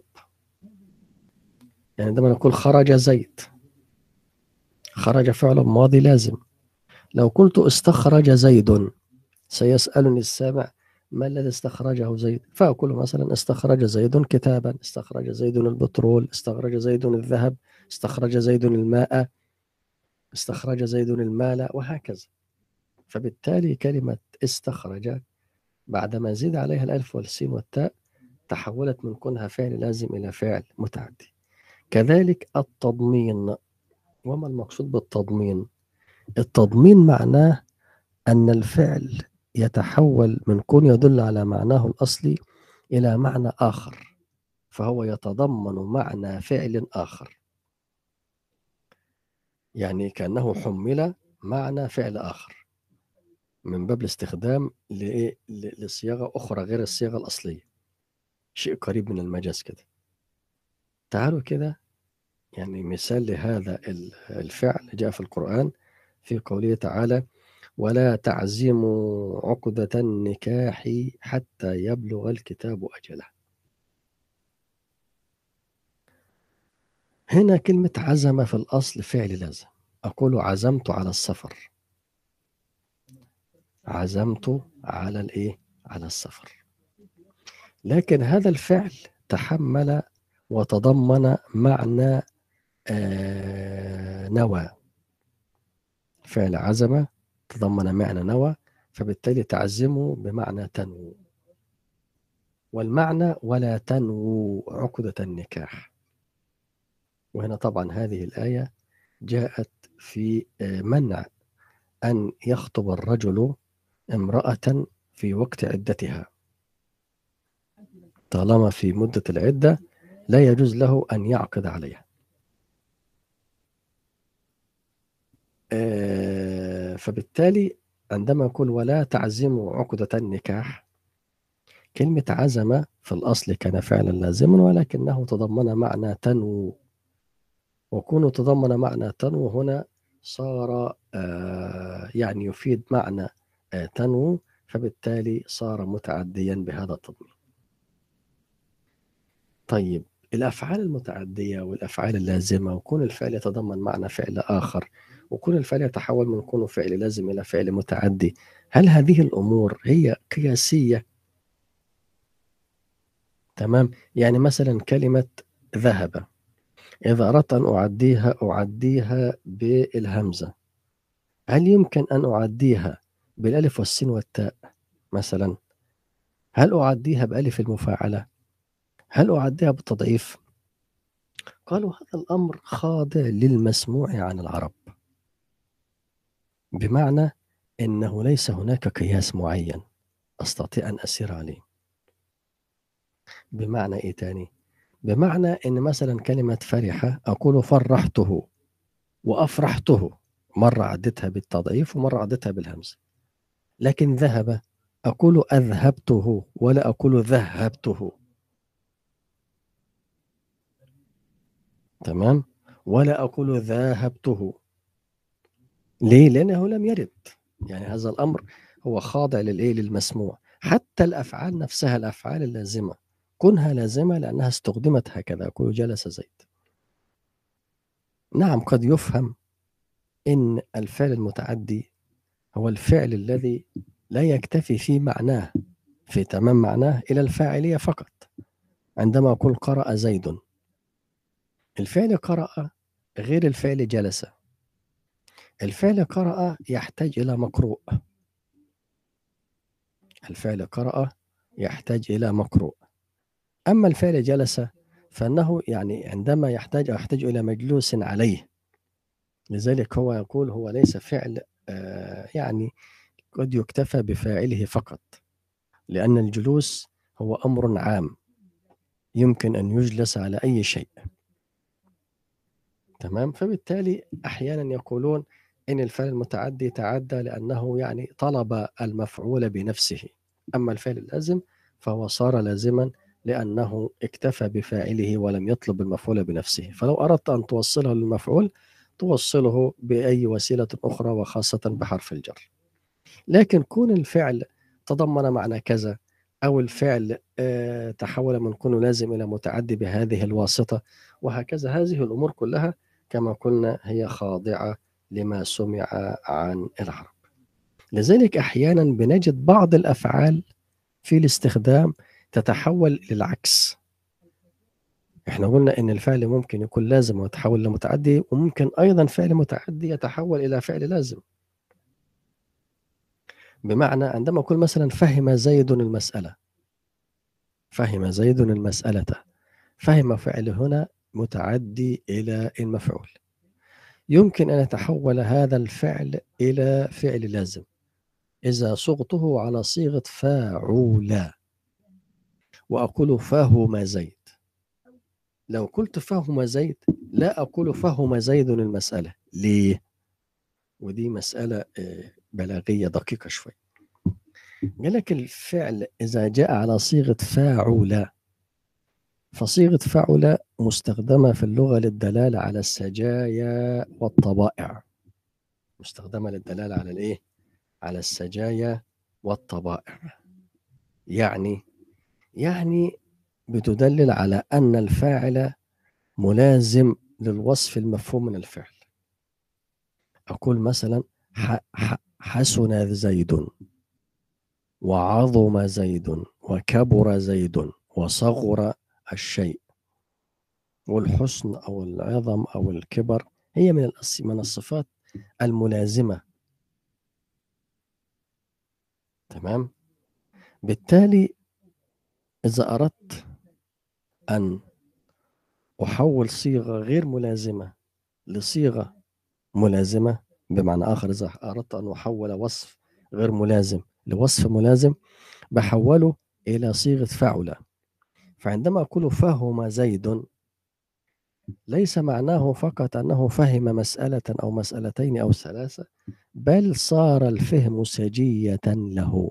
يعني عندما نقول خرج زيد، خرج فعل ماضي لازم. لو قلت استخرج زيد سيسألني السامع ما الذي استخرجه زيد؟ فأقول مثلا استخرج زيد كتابا، استخرج زيد البترول، استخرج زيد الذهب، استخرج زيد الماء، استخرج زيد المال، وهكذا. فبالتالي كلمة استخرج بعدما زيد عليها الألف والسين والتاء تحولت من كونها فعل لازم إلى فعل متعدي. كذلك التضمين. وما المقصود بالتضمين؟ التضمين معناه أن الفعل يتحول من كون يدل على معناه الأصلي إلى معنى آخر، فهو يتضمن معنى فعل آخر، يعني كأنه حمل معنى فعل آخر من باب الاستخدام لصياغة أخرى غير الصيغة الأصلية، شيء قريب من المجاز كده. تعالوا كده، يعني مثال لهذا الفعل جاء في القرآن في قوله تعالى: ولا تعزموا عقدة النكاح حتى يبلغ الكتاب أجله. هنا كلمة عزم في الأصل فعل لازم. أقول عزمت على السفر، عزمت على الإيه؟ على السفر. لكن هذا الفعل تحمل وتضمن معنى نوى. فعل عزم تضمن معنى نوى، فبالتالي تعزمه بمعنى تنوو، والمعنى ولا تنوو عقدة النكاح. وهنا طبعا هذه الآية جاءت في منع أن يخطب الرجل امرأة في وقت عدتها، طالما في مدة العدة لا يجوز له أن يعقد عليها. فبالتالي عندما يقول ولا تعزموا عقدة النكاح، كلمة عزم في الأصل كان فعلا لازما، ولكنه تضمن معنى تنوو، وكونه تضمن معنى تنوو هنا صار يعني يفيد معنى تنوو، فبالتالي صار متعديا بهذا التضمين. طيب، الأفعال المتعدية والأفعال اللازمة، وكون الفعل يتضمن معنى فعل آخر، وكون الفعل يتحول من كونه فعل لازم إلى فعل متعدي، هل هذه الأمور هي قياسية؟ تمام. يعني مثلا كلمة ذهب، إذا أردت أن أعديها بالهمزة، هل يمكن أن أعديها بالألف والسين والتاء مثلا؟ هل أعديها بألف المفاعلة؟ هل أعديها بالتضعيف؟ قالوا هذا الأمر خاضع للمسموع عن العرب، بمعنى أنه ليس هناك قياس معين أستطيع أن أسير عليه. بمعنى إيه تاني؟ بمعنى أن مثلا كلمة فرحة أقول فرحته وأفرحته، مرة عدتها بالتضعيف ومرة عدتها بالهمزة. لكن ذهب أقول أذهبته ولا أقول ذهبته. تمام. ولا أقول ذاهبته. ليه؟ لأنه لم يرد. يعني هذا الأمر هو خاضع للمسموع. حتى الأفعال نفسها، الأفعال اللازمة كونها لازمة لأنها استخدمت هكذا، أقول جلس زيد. نعم، قد يفهم إن الفعل المتعدي هو الفعل الذي لا يكتفي في معناه، في تمام معناه، إلى الفاعلية فقط. عندما أقول قرأ زيد، الفعل قرأ غير الفعل جلس. الفعل قرأ يحتاج إلى مقروء، الفعل قرأ يحتاج إلى مقروء. أما الفعل جلس فإنه يعني عندما يحتاج إلى مجلوس عليه. لذلك هو يقول هو ليس فعل يعني قد يكتفى بفاعله فقط، لأن الجلوس هو أمر عام يمكن أن يجلس على أي شيء. تمام. فبالتالي أحيانا يقولون إن الفعل المتعدي تعدى لأنه يعني طلب المفعول بنفسه، أما الفعل اللازم فهو صار لازما لأنه اكتفى بفاعله ولم يطلب المفعول بنفسه. فلو أردت أن توصله للمفعول توصله بأي وسيلة أخرى، وخاصة بحرف الجر. لكن كون الفعل تضمن معنى كذا، أو الفعل تحول من كونه لازم إلى متعدي بهذه الواسطة، وهكذا، هذه الأمور كلها كما قلنا هي خاضعة لما سمع عن العرب. لذلك أحيانا بنجد بعض الأفعال في الاستخدام تتحول للعكس. احنا قلنا ان الفعل ممكن يكون لازم ويتحول لمتعدي، وممكن ايضا فعل متعدي يتحول الى فعل لازم. بمعنى عندما اقول مثلا فهم زيد المسألة، فهم زيد المسألة، فهم فعل هنا متعدي الى المفعول. يمكن ان يتحول هذا الفعل الى فعل لازم اذا صغته على صيغة فاعل، واقول فهم زيد. لو قلت فهم زيد لا أقول فهم زيد المسألة. ليه؟ ودي مسألة بلاغية دقيقة شوي. قال لك الفعل إذا جاء على صيغة فاعل، فصيغة فاعل مستخدمة في اللغة للدلالة على السجايا والطبائع. مستخدمة للدلالة على الإيه؟ على السجايا والطبائع. يعني بتدلل على أن الفاعل ملازم للوصف المفهوم من الفعل. أقول مثلا حسن زيد، وعظم زيد، وكبر زيد، وصغر الشيء. والحسن أو العظم أو الكبر هي من الصفات الملازمة. تمام. بالتالي إذا أردت أن أحول صيغة غير ملازمة لصيغة ملازمة، بمعنى آخر إذا أردت أن أحول وصف غير ملازم لوصف ملازم، بحوله إلى صيغة فاعل. فعندما أقول فهم زيد ليس معناه فقط أنه فهم مسألة أو مسألتين أو ثلاثة، بل صار الفهم سجية له.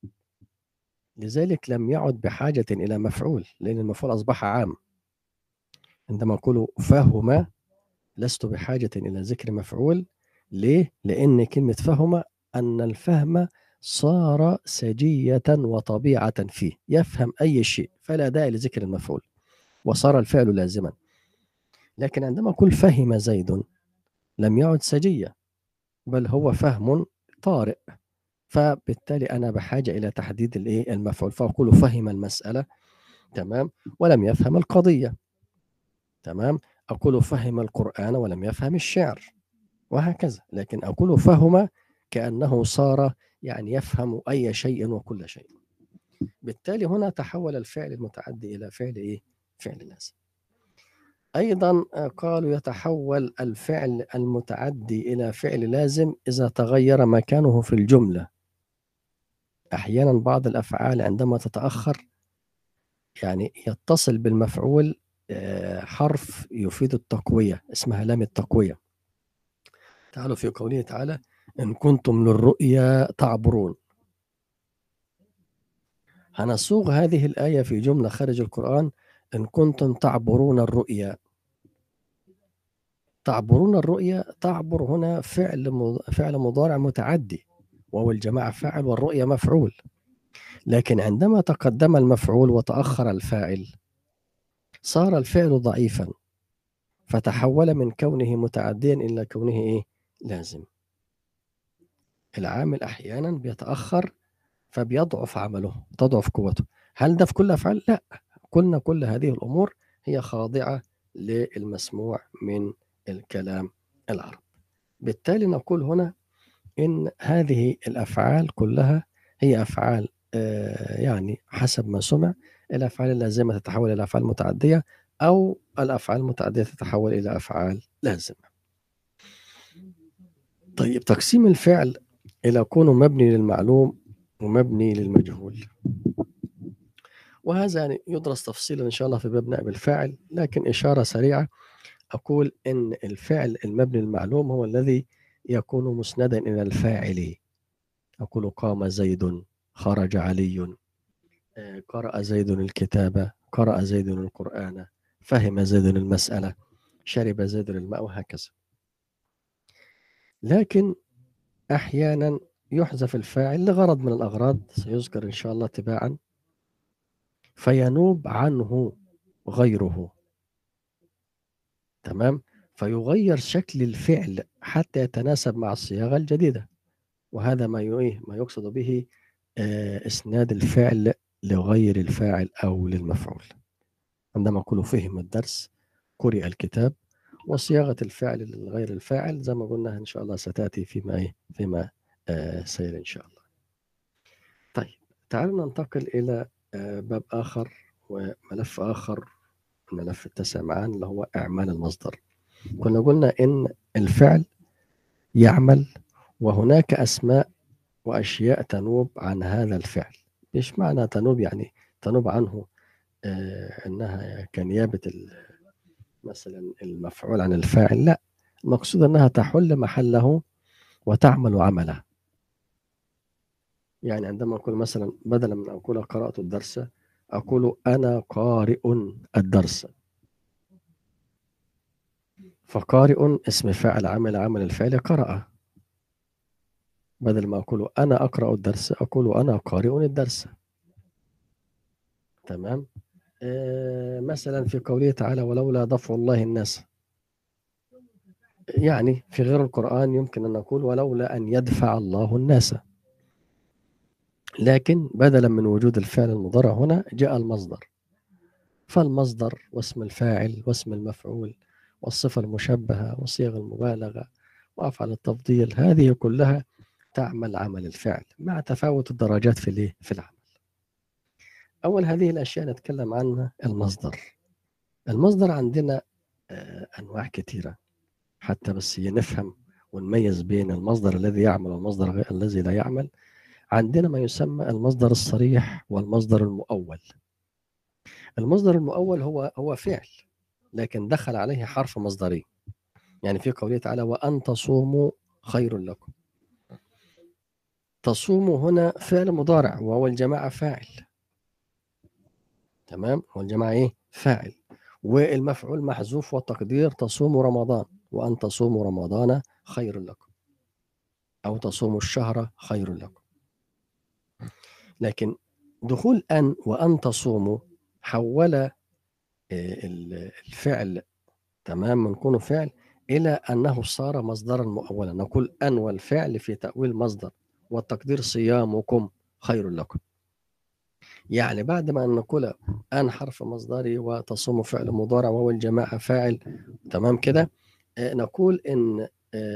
لذلك لم يعد بحاجة إلى مفعول، لأن المفعول أصبح عام. عندما أقول فهم لست بحاجة إلى ذكر مفعول. ليه؟ لأن كلمة فهم أن الفهم صار سجية وطبيعة فيه، يفهم أي شيء فلا داعي لذكر المفعول، وصار الفعل لازما. لكن عندما أقول فهم زيد لم يعد سجية، بل هو فهم طارئ. فبالتالي أنا بحاجة إلى تحديد المفعول، فأقول فهم المسألة، تمام، ولم يفهم القضية. تمام. أقول فهم القرآن ولم يفهم الشعر، وهكذا. لكن أقول فهم كأنه صار يعني يفهم أي شيء وكل شيء. بالتالي هنا تحول الفعل المتعدي إلى فعل فعل لازم. أيضا قالوا يتحول الفعل المتعدي إلى فعل لازم إذا تغير مكانه في الجملة. أحيانا بعض الأفعال عندما تتأخر يعني يتصل بالمفعول حرف يفيد التقوية، اسمها لام التقوية. تعالوا في قوله تعالى إن كنتم للرؤيا تعبرون. هنصوغ هذه الآية في جملة خارج القرآن: إن كنتم تعبرون الرؤيا. تعبرون الرؤيا، تعبر هنا فعل مضارع متعدي، وهو الجماعة فاعل والرؤيا مفعول. لكن عندما تقدم المفعول وتأخر الفاعل صار الفعل ضعيفا، فتحول من كونه متعديا إلى كونه لازم. العامل أحيانا بيتأخر فبيضعف عمله، تضعف قوته. هل ده في كل الأفعال؟ لا. قلنا كل هذه الأمور هي خاضعة للمسموع من الكلام العربي. بالتالي نقول هنا إن هذه الأفعال كلها هي أفعال يعني حسب ما سمع، الأفعال اللازمة تتحول إلى أفعال متعدية، أو الأفعال المتعدية تتحول إلى أفعال لازمة. طيب، تقسيم الفعل إلى كونه مبني للمعلوم ومبني للمجهول، وهذا يعني يدرس تفصيلا إن شاء الله في باب نائب الفاعل. لكن إشارة سريعة أقول إن الفعل المبني للمعلوم هو الذي يكون مسندا إلى الفاعل. أقول قام زيد، خرج علي، قرأ زيد الكتاب، قرأ زيد القرآن، فهم زيد المسألة، شرب زيد الماء، وهكذا. لكن أحيانا يحذف الفاعل لغرض من الأغراض سيذكر إن شاء الله تباعا، فينوب عنه غيره. تمام. فيغير شكل الفعل حتى يتناسب مع الصياغة الجديدة. وهذا ما يقصد به إسناد الفعل لغير الفاعل أو للمفعول. عندما نقول فهم الدرس، قرئ الكتاب، وصياغة الفعل لغير الفاعل زي ما قلنا إن شاء الله ستأتي فيما سير إن شاء الله. طيب تعالوا ننتقل إلى باب آخر وملف آخر، الملف التاسع معانا اللي هو إعمال المصدر. كنا قلنا إن الفعل يعمل، وهناك أسماء وأشياء تنوب عن هذا الفعل. مش معنى تنوب يعني تنوب عنه أنها كنيابة مثلا المفعول عن الفاعل، لا، المقصود أنها تحل محله وتعمل عمله. يعني عندما أقول مثلا بدلا من أقول قرأت الدرس، أقول أنا قارئ الدرس. فقارئ اسم فاعل عمل الفعل قرأ. بدل ما أقول أنا أقرأ الدرس أقول أنا قارئ الدرس. تمام. مثلا في قوله تعالى ولولا دفع الله الناس، يعني في غير القرآن يمكن أن نقول ولولا أن يدفع الله الناس، لكن بدلا من وجود الفعل المضارع هنا جاء المصدر. فالمصدر واسم الفاعل واسم المفعول والصفة المشبهة وصيغ المبالغة وأفعل التفضيل، هذه كلها تعمل عمل الفعل مع تفاوت الدرجات في العمل. أول هذه الأشياء نتكلم عنها المصدر. المصدر عندنا أنواع كثيرة، حتى بس نفهم ونميز بين المصدر الذي يعمل والمصدر الذي لا يعمل. عندنا ما يسمى المصدر الصريح والمصدر المؤول. المصدر المؤول هو فعل لكن دخل عليه حرف مصدري. يعني في قوله تعالى وأن تصوموا خير لكم. تصوموا هنا فعل مضارع وهو الجماعة فاعل. تمام، هو الجماعة إيه؟ فاعل، والمفعول محذوف والتقدير تصوموا رمضان، وأن تصوموا رمضان خير لكم، أو تصوموا الشهر خير لكم. لكن دخول أن وأن تصوموا حول الفعل، تمام، من كونه فعل إلى أنه صار مصدرا مؤولا. نقول أن والفعل في تأويل مصدر، والتقدير صيامكم خير لكم. يعني بعد ما أن نقول أن حرف مصدري وتصوم فعل مضارع وهو الجماعة فاعل، تمام كده، نقول إن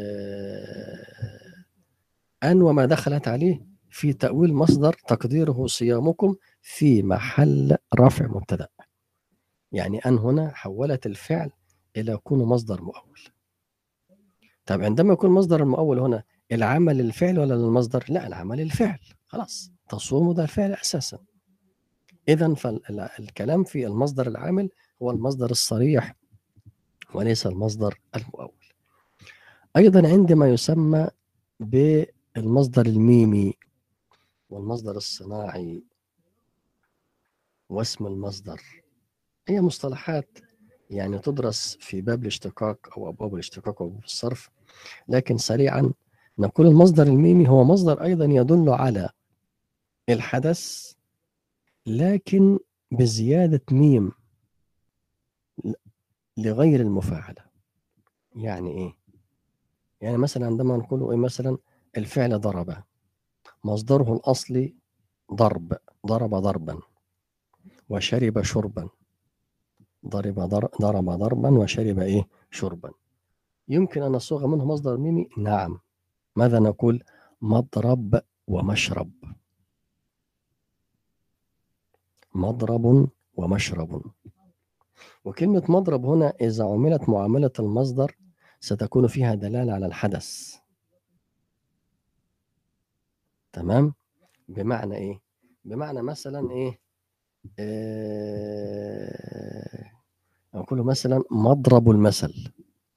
أن وما دخلت عليه في تأويل مصدر تقديره صيامكم في محل رفع مبتدأ. يعني أن هنا حولت الفعل إلى يكون مصدر مؤول. طب عندما يكون مصدر المؤول هنا العمل للفعل ولا للمصدر؟ لا، العمل للفعل. خلاص، تصوم ده الفعل أساسا. إذا فالكلام في المصدر العامل هو المصدر الصريح وليس المصدر المؤول. أيضا عندما يسمى بالمصدر الميمي والمصدر الصناعي واسم المصدر، هي مصطلحات يعني تدرس في باب الاشتقاق أو أبواب الاشتقاق وأبواب الصرف. لكن سريعا نقول المصدر الميمي هو مصدر أيضا يدل على الحدث لكن بزيادة ميم لغير المفاعلة. يعني إيه؟ يعني مثلا عندما نقول إيه مثلا الفعل ضرب، مصدره الأصلي ضرب ضربا، وشرب شربا، ضرب ضربا وشرب إيه شربا. يمكن أن نصوغ منه مصدر ميمي، نعم. ماذا نقول؟ مضرب ومشرب، مضرب ومشرب. وكلمة مضرب هنا إذا عملت معاملة المصدر ستكون فيها دلالة على الحدث. تمام؟ بمعنى إيه؟ بمعنى مثلا إيه؟ أقول مثلا مضرب المثل،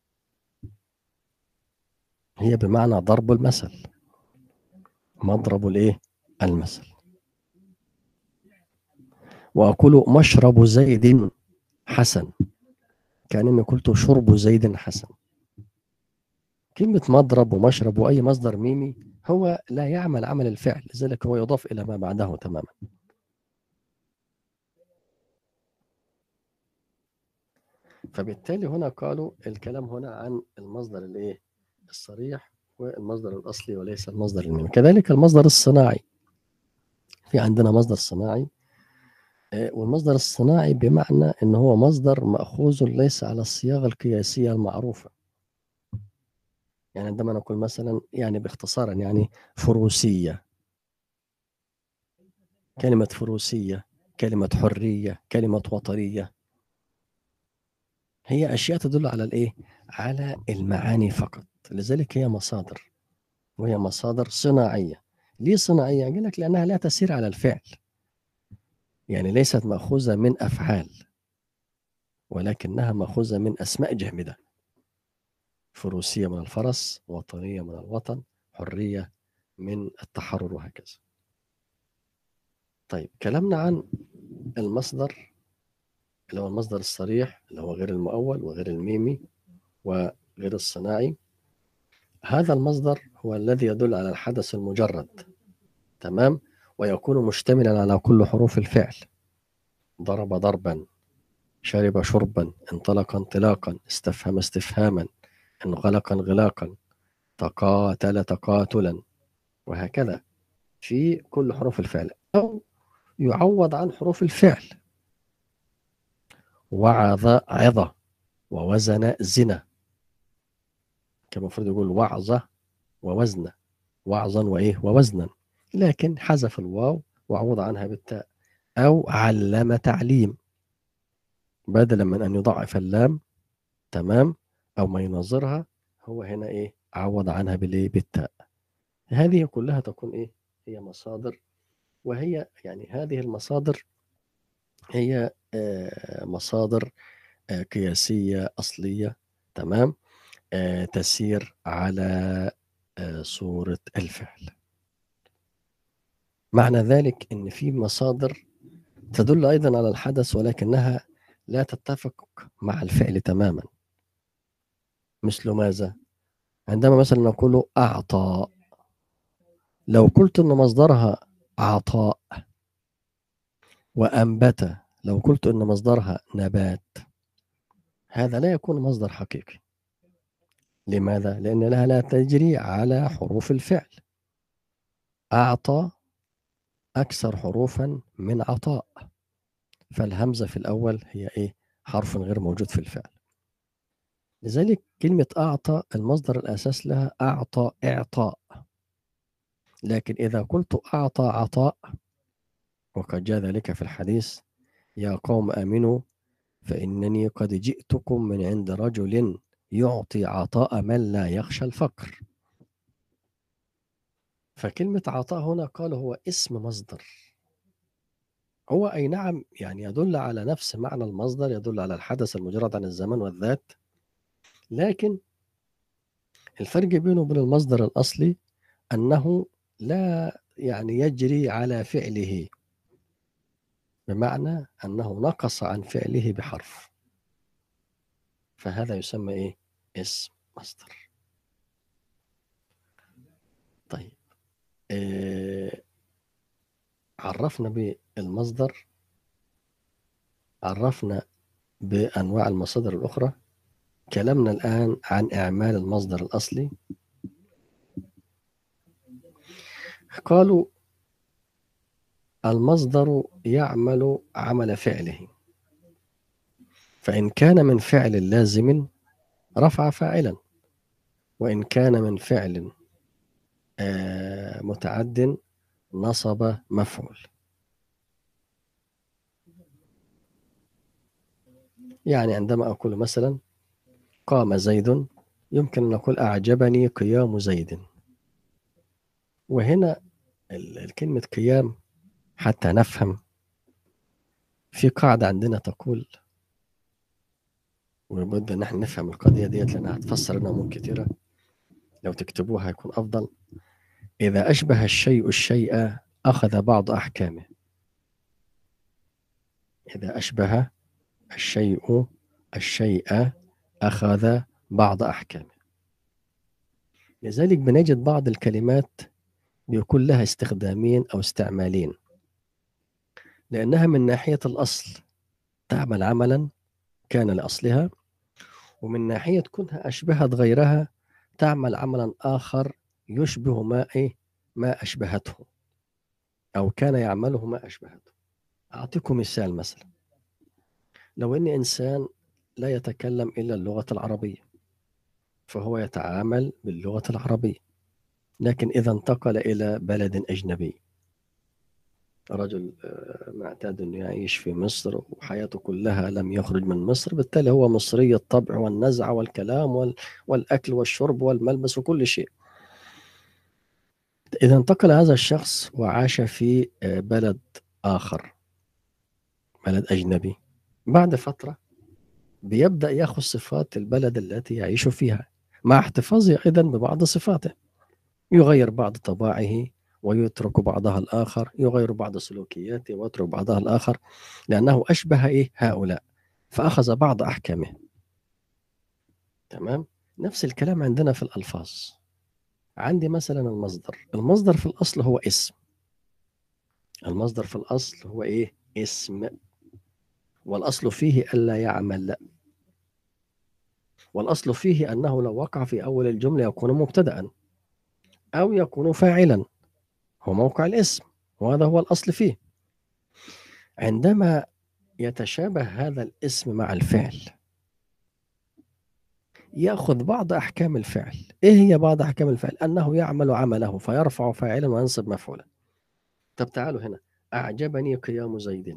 هي بمعنى ضرب المثل، مضرب الإيه؟ المثل. وأقول مشرب زيد حسن، كأنني قلت شرب زيد حسن. كلمة مضرب ومشرب وأي مصدر ميمي هو لا يعمل عمل الفعل، لذلك هو يضاف إلى ما بعده تماما. فبالتالي هنا قالوا الكلام هنا عن المصدر الايه الصريح والمصدر الاصلي وليس المصدر الميمي. كذلك المصدر الصناعي في عندنا مصدر صناعي، والمصدر الصناعي بمعنى ان هو مصدر مأخوذ ليس على الصياغة القياسية المعروفة. يعني عندما نقول مثلا، يعني باختصارا، يعني فروسية، كلمة فروسية، كلمة حرية، كلمة وطنية، هي أشياء تدل على الإيه؟ على المعاني فقط. لذلك هي مصادر، وهي مصادر صناعية. ليه صناعية؟ قال لك لأنها لا تسير على الفعل، يعني ليست مأخوذة من أفعال، ولكنها مأخوذة من أسماء جامدة. فروسية من الفرس، وطنية من الوطن، حرية من التحرر، وهكذا. طيب، كلامنا عن المصدر اللي هو المصدر الصريح، اللي هو غير المؤول وغير الميمي وغير الصناعي. هذا المصدر هو الذي يدل على الحدث المجرد، تمام، ويكون مشتملا على كل حروف الفعل. ضرب ضربا، شرب شربا، انطلق انطلاقا، استفهم استفهاما، انغلق انغلاقا، تقاتل تقاتلا، وهكذا في كل حروف الفعل. أو يعوض عن حروف الفعل. وعظ عظة، ووزن زنا، كان المفروض يقول وعظة ووزن، وعظا وإيه ووزنا، لكن حذف الواو وعوض عنها بالتاء. أو علم تعليم، بدلا من أن يضعف اللام، تمام، أو ما ينظرها، هو هنا إيه عوض عنها بالإيه بالتاء. هذه كلها تكون إيه؟ هي مصادر. وهي يعني هذه المصادر هي مصادر قياسية أصلية، تمام، تسير على صورة الفعل. معنى ذلك أن في مصادر تدل أيضا على الحدث، ولكنها لا تتفق مع الفعل تماما. مثل ماذا؟ عندما مثلا نقول أعطى، لو قلت أن مصدرها عطاء، وأنبت لو قلت أن مصدرها نبات، هذا لا يكون مصدر حقيقي. لماذا؟ لأن لها لا تجري على حروف الفعل. أعطى أكثر حروفا من عطاء، فالهمزة في الأول هي إيه؟ حرف غير موجود في الفعل. لذلك كلمة أعطى المصدر الأساس لها أعطى إعطاء، لكن إذا قلت أعطى عطاء، وقد جاء ذلك في الحديث: يا قوم آمنوا فإنني قد جئتكم من عند رجل يعطي عطاء من لا يخشى الفقر. فكلمة عطاء هنا قال هو اسم مصدر. هو أي نعم يعني يدل على نفس معنى المصدر، يدل على الحدث المجرد عن الزمان والذات، لكن الفرق بينه وبين المصدر الأصلي أنه لا يعني يجري على فعله، بمعنى أنه نقص عن فعله بحرف، فهذا يسمى إيه؟ اسم مصدر. طيب، عرفنا بالمصدر، عرفنا بأنواع المصادر الأخرى. كلامنا الآن عن إعمال المصدر الأصلي. قالوا المصدر يعمل عمل فعله، فإن كان من فعل لازم رفع فاعلا، وإن كان من فعل متعد نصب مفعول. يعني عندما أقول مثلا قام زيد، يمكن أن نقول أعجبني قيام زيد. وهنا الكلمة قيام، حتى نفهم، في قاعدة عندنا تقول، ولابد ان احنا نفهم القضية ديت لانها هتفسر لنا امور كتيرة، لو تكتبوها هيكون افضل. اذا اشبه الشيء الشيء اخذ بعض احكامه. اذا اشبه الشيء الشيء اخذ بعض احكامه. لذلك بنجد بعض الكلمات بيكون لها استخدامين او استعمالين، لانها من ناحية الاصل تعمل عملا كان لاصلها، ومن ناحية كونها أشبهت غيرها تعمل عملا آخر يشبه ما أشبهته. أو كان يعمله ما أشبهته. أعطيكم مثال مثلا، لو أن إنسان لا يتكلم إلا اللغة العربية فهو يتعامل باللغة العربية، لكن إذا انتقل إلى بلد أجنبي، رجل معتاد أنه يعيش في مصر وحياته كلها لم يخرج من مصر، بالتالي هو مصري الطبع والنزعة والكلام والأكل والشرب والملبس وكل شيء. إذا انتقل هذا الشخص وعاش في بلد آخر، بلد أجنبي، بعد فترة بيبدأ يأخذ صفات البلد التي يعيش فيها مع احتفاظه أيضا ببعض صفاته، يغير بعض طباعه ويترك بعضها الآخر، يغير بعض سلوكياته ويترك بعضها الآخر، لأنه أشبه هؤلاء فأخذ بعض أحكامه. تمام. نفس الكلام عندنا في الألفاظ. عندي مثلا المصدر في الأصل هو اسم. المصدر في الأصل هو اسم، والأصل فيه ألا يعمل، والأصل فيه أنه لو وقع في أول الجملة يكون مبتدأ أو يكون فاعلا، هو موقع الاسم، وهذا هو الأصل فيه. عندما يتشابه هذا الاسم مع الفعل يأخذ بعض أحكام الفعل. إيه هي بعض أحكام الفعل؟ أنه يعمل عمله فيرفع فاعلا وينصب مفعولا. طب تعالوا هنا، أعجبني قيام زيد.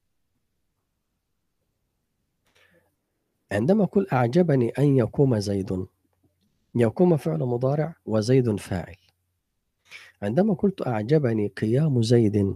عندما أقول أعجبني أن يقوم زيد، يقوم فعل مضارع وزيد فاعل. عندما قلت أعجبني قيام زيد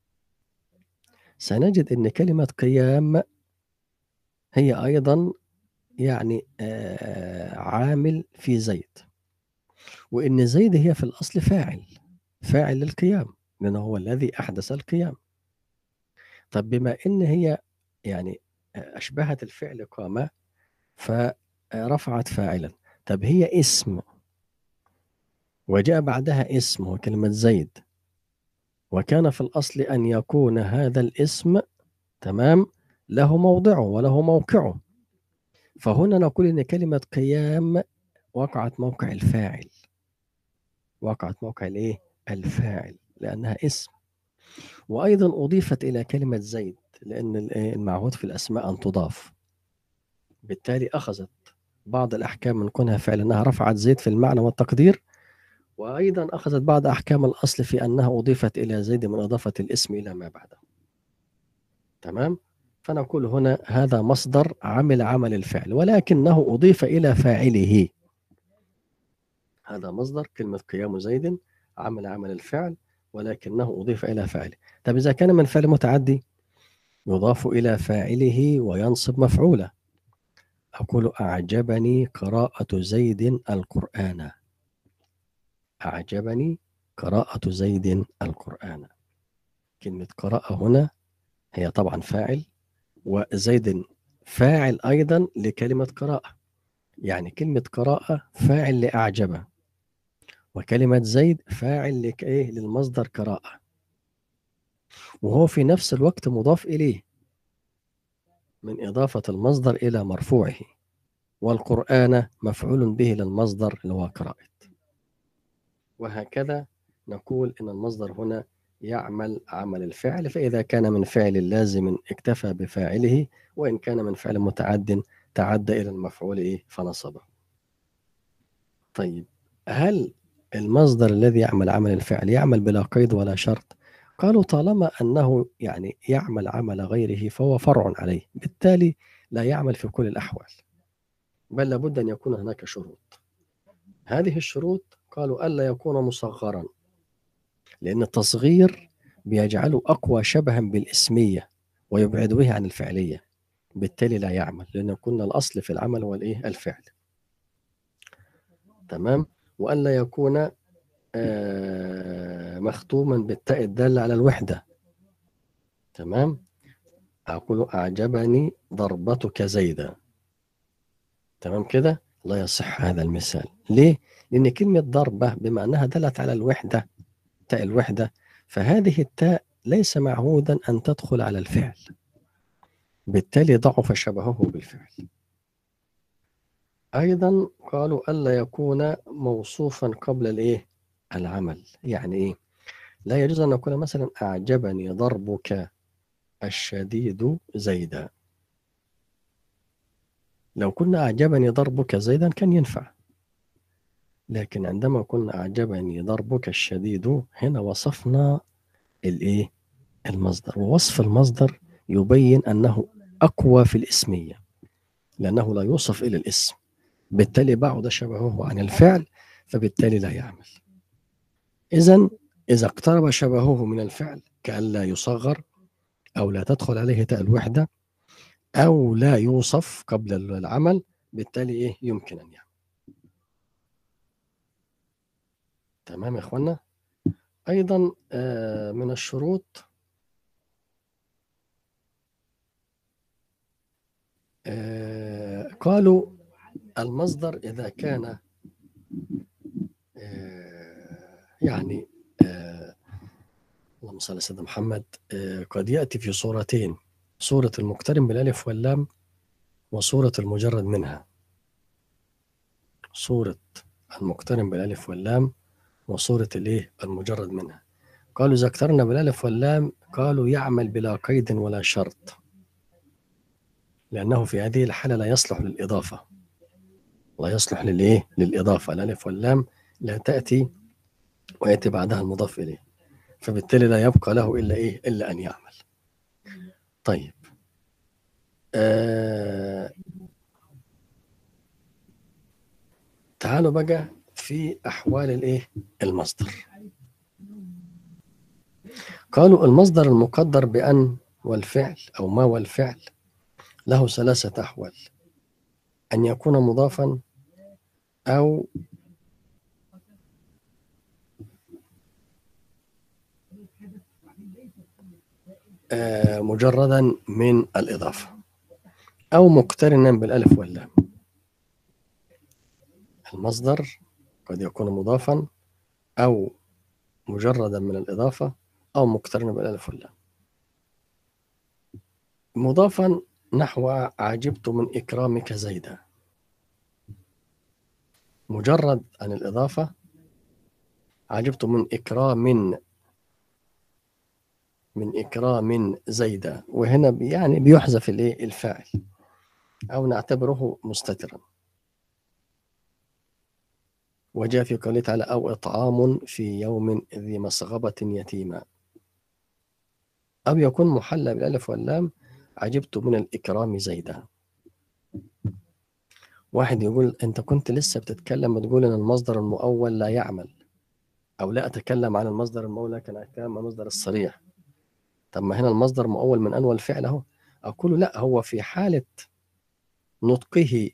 سنجد أن كلمة قيام هي أيضا يعني عامل في زيد، وإن زيد هي في الأصل فاعل للقيام، لأنه هو الذي أحدث القيام. طب بما إن هي يعني أشبهت الفعل قام فرفعت فاعلا، طب هي اسم وجاء بعدها اسم وكلمة زيد، وكان في الأصل أن يكون هذا الاسم تمام له موضعه وله موقعه، فهنا نقول إن كلمة قيام وقعت موقع الفاعل، وقعت موقع الفاعل لأنها اسم. وأيضا أضيفت إلى كلمة زيد لأن المعهود في الأسماء أن تضاف، بالتالي أخذت بعض الأحكام من كونها فعل أنها رفعت زيد في المعنى والتقدير، وأيضا أخذت بعض أحكام الأصل في أنها أضيفت إلى زيد من إضافة الاسم إلى ما بعده. تمام. فنقول هنا هذا مصدر عمل الفعل ولكنه أضيف إلى فاعله. هذا مصدر كلمة قيام زيد عمل الفعل ولكنه أضيف إلى فاعله. طب إذا كان من فعل متعدي يضاف إلى فاعله وينصب مفعوله. أقول أعجبني قراءة زيد القرآن. أعجبني قراءة زيد القرآن. كلمة قراءة هنا هي طبعا فاعل، وزيد فاعل أيضا لكلمة قراءة، يعني كلمة قراءة فاعل لأعجب، وكلمة زيد فاعل للمصدر قراءة، وهو في نفس الوقت مضاف إليه من إضافة المصدر إلى مرفوعه، والقرآن مفعول به للمصدر اللي هو قراءة. وهكذا نقول إن المصدر هنا يعمل عمل الفعل، فإذا كان من فعل لازم اكتفى بفاعله، وإن كان من فعل متعد تعدى إلى المفعول فنصبه. طيب، هل المصدر الذي يعمل عمل الفعل يعمل بلا قيد ولا شرط؟ قالوا طالما أنه يعني يعمل عمل غيره فهو فرع عليه، بالتالي لا يعمل في كل الأحوال، بل لابد أن يكون هناك شروط. هذه الشروط قالوا ألا يكون مصغرا، لأن التصغير بيجعله أقوى شبها بالإسمية ويبعد به عن الفعلية، بالتالي لا يعمل، لأن كنا الأصل في العمل هو الفعل. تمام. وألا يكون مختوما بالتاء الدالة على الوحدة. تمام. أقول أعجبني ضربتك زيدا. تمام كده لا يصح هذا المثال. ليه؟ لأن كلمة ضربة بما أنها دلت على الوحدة، تاء الوحدة، فهذه التاء ليس معهودا أن تدخل على الفعل، بالتالي ضعف شبهه بالفعل. أيضا قالوا ألا يكون موصوفا قبل العمل. يعني إيه؟ لا يجوز أن نقول مثلا أعجبني ضربك الشديد زيدا. لو كنا أعجبني ضربك زيدا كان ينفع، لكن عندما قلنا أعجبني ضربك الشديد هنا وصفنا الإيه؟ المصدر، ووصف المصدر يبين أنه أقوى في الإسمية لأنه لا يوصف إلى الاسم، بالتالي بعد شبهه عن الفعل فبالتالي لا يعمل. إذا اقترب شبهه من الفعل كأن لا يصغر أو لا تدخل عليه تاء الوحدة أو لا يوصف قبل العمل، بالتالي إيه؟ يمكن أن يعمل. تمام يا إخوانا. أيضا من الشروط قالوا المصدر إذا كان يعني اللهم صل على سيدنا محمد قد يأتي في صورتين، صورة المقترن بالألف واللام وصورة المجرد منها. صورة المقترن بالألف واللام وصورة الإيه؟ المجرد منها. قالوا إذا اقترن بالألف واللام قالوا يعمل بلا قيد ولا شرط، لأنه في هذه الحالة لا يصلح للإضافة، لا يصلح للإيه؟ للإضافة. الألف واللام لا تأتي ويأتي بعدها المضاف إليه، فبالتالي لا يبقى له إلا إيه؟ إلا أن يعمل. طيب تعالوا بقى في أحوال الإيه؟ المصدر. قالوا المصدر المقدر بأن والفعل أو ما والفعل له ثلاثة أحوال: أن يكون مضافا أو مجردا من الإضافة أو مقترنا بالألف واللام. المصدر قد يكون مضافا أو مجردا من الإضافة أو مقترنا بالألف واللام. مضافا نحو عجبت من إكرامك زيدا، مجرد عن الإضافة عجبت من إكرام زيدا، وهنا يعني بيحذف الإيه؟ الفاعل أو نعتبره مستترا. وجاء في قوله تعالى أو إطعام في يوم ذي مسغبة يتيما، أو يكون محلى بالألف واللام عجبت من الإكرام زيدا. واحد يقول أنت كنت لسه بتتكلم بتقول أن المصدر المؤول لا يعمل، أو لا أتكلم عن المصدر المؤول لكن أتكلم عن المصدر الصريح. طب ما هنا المصدر مؤول من أن والفعل أهو. أقول لا، هو في حالة نطقه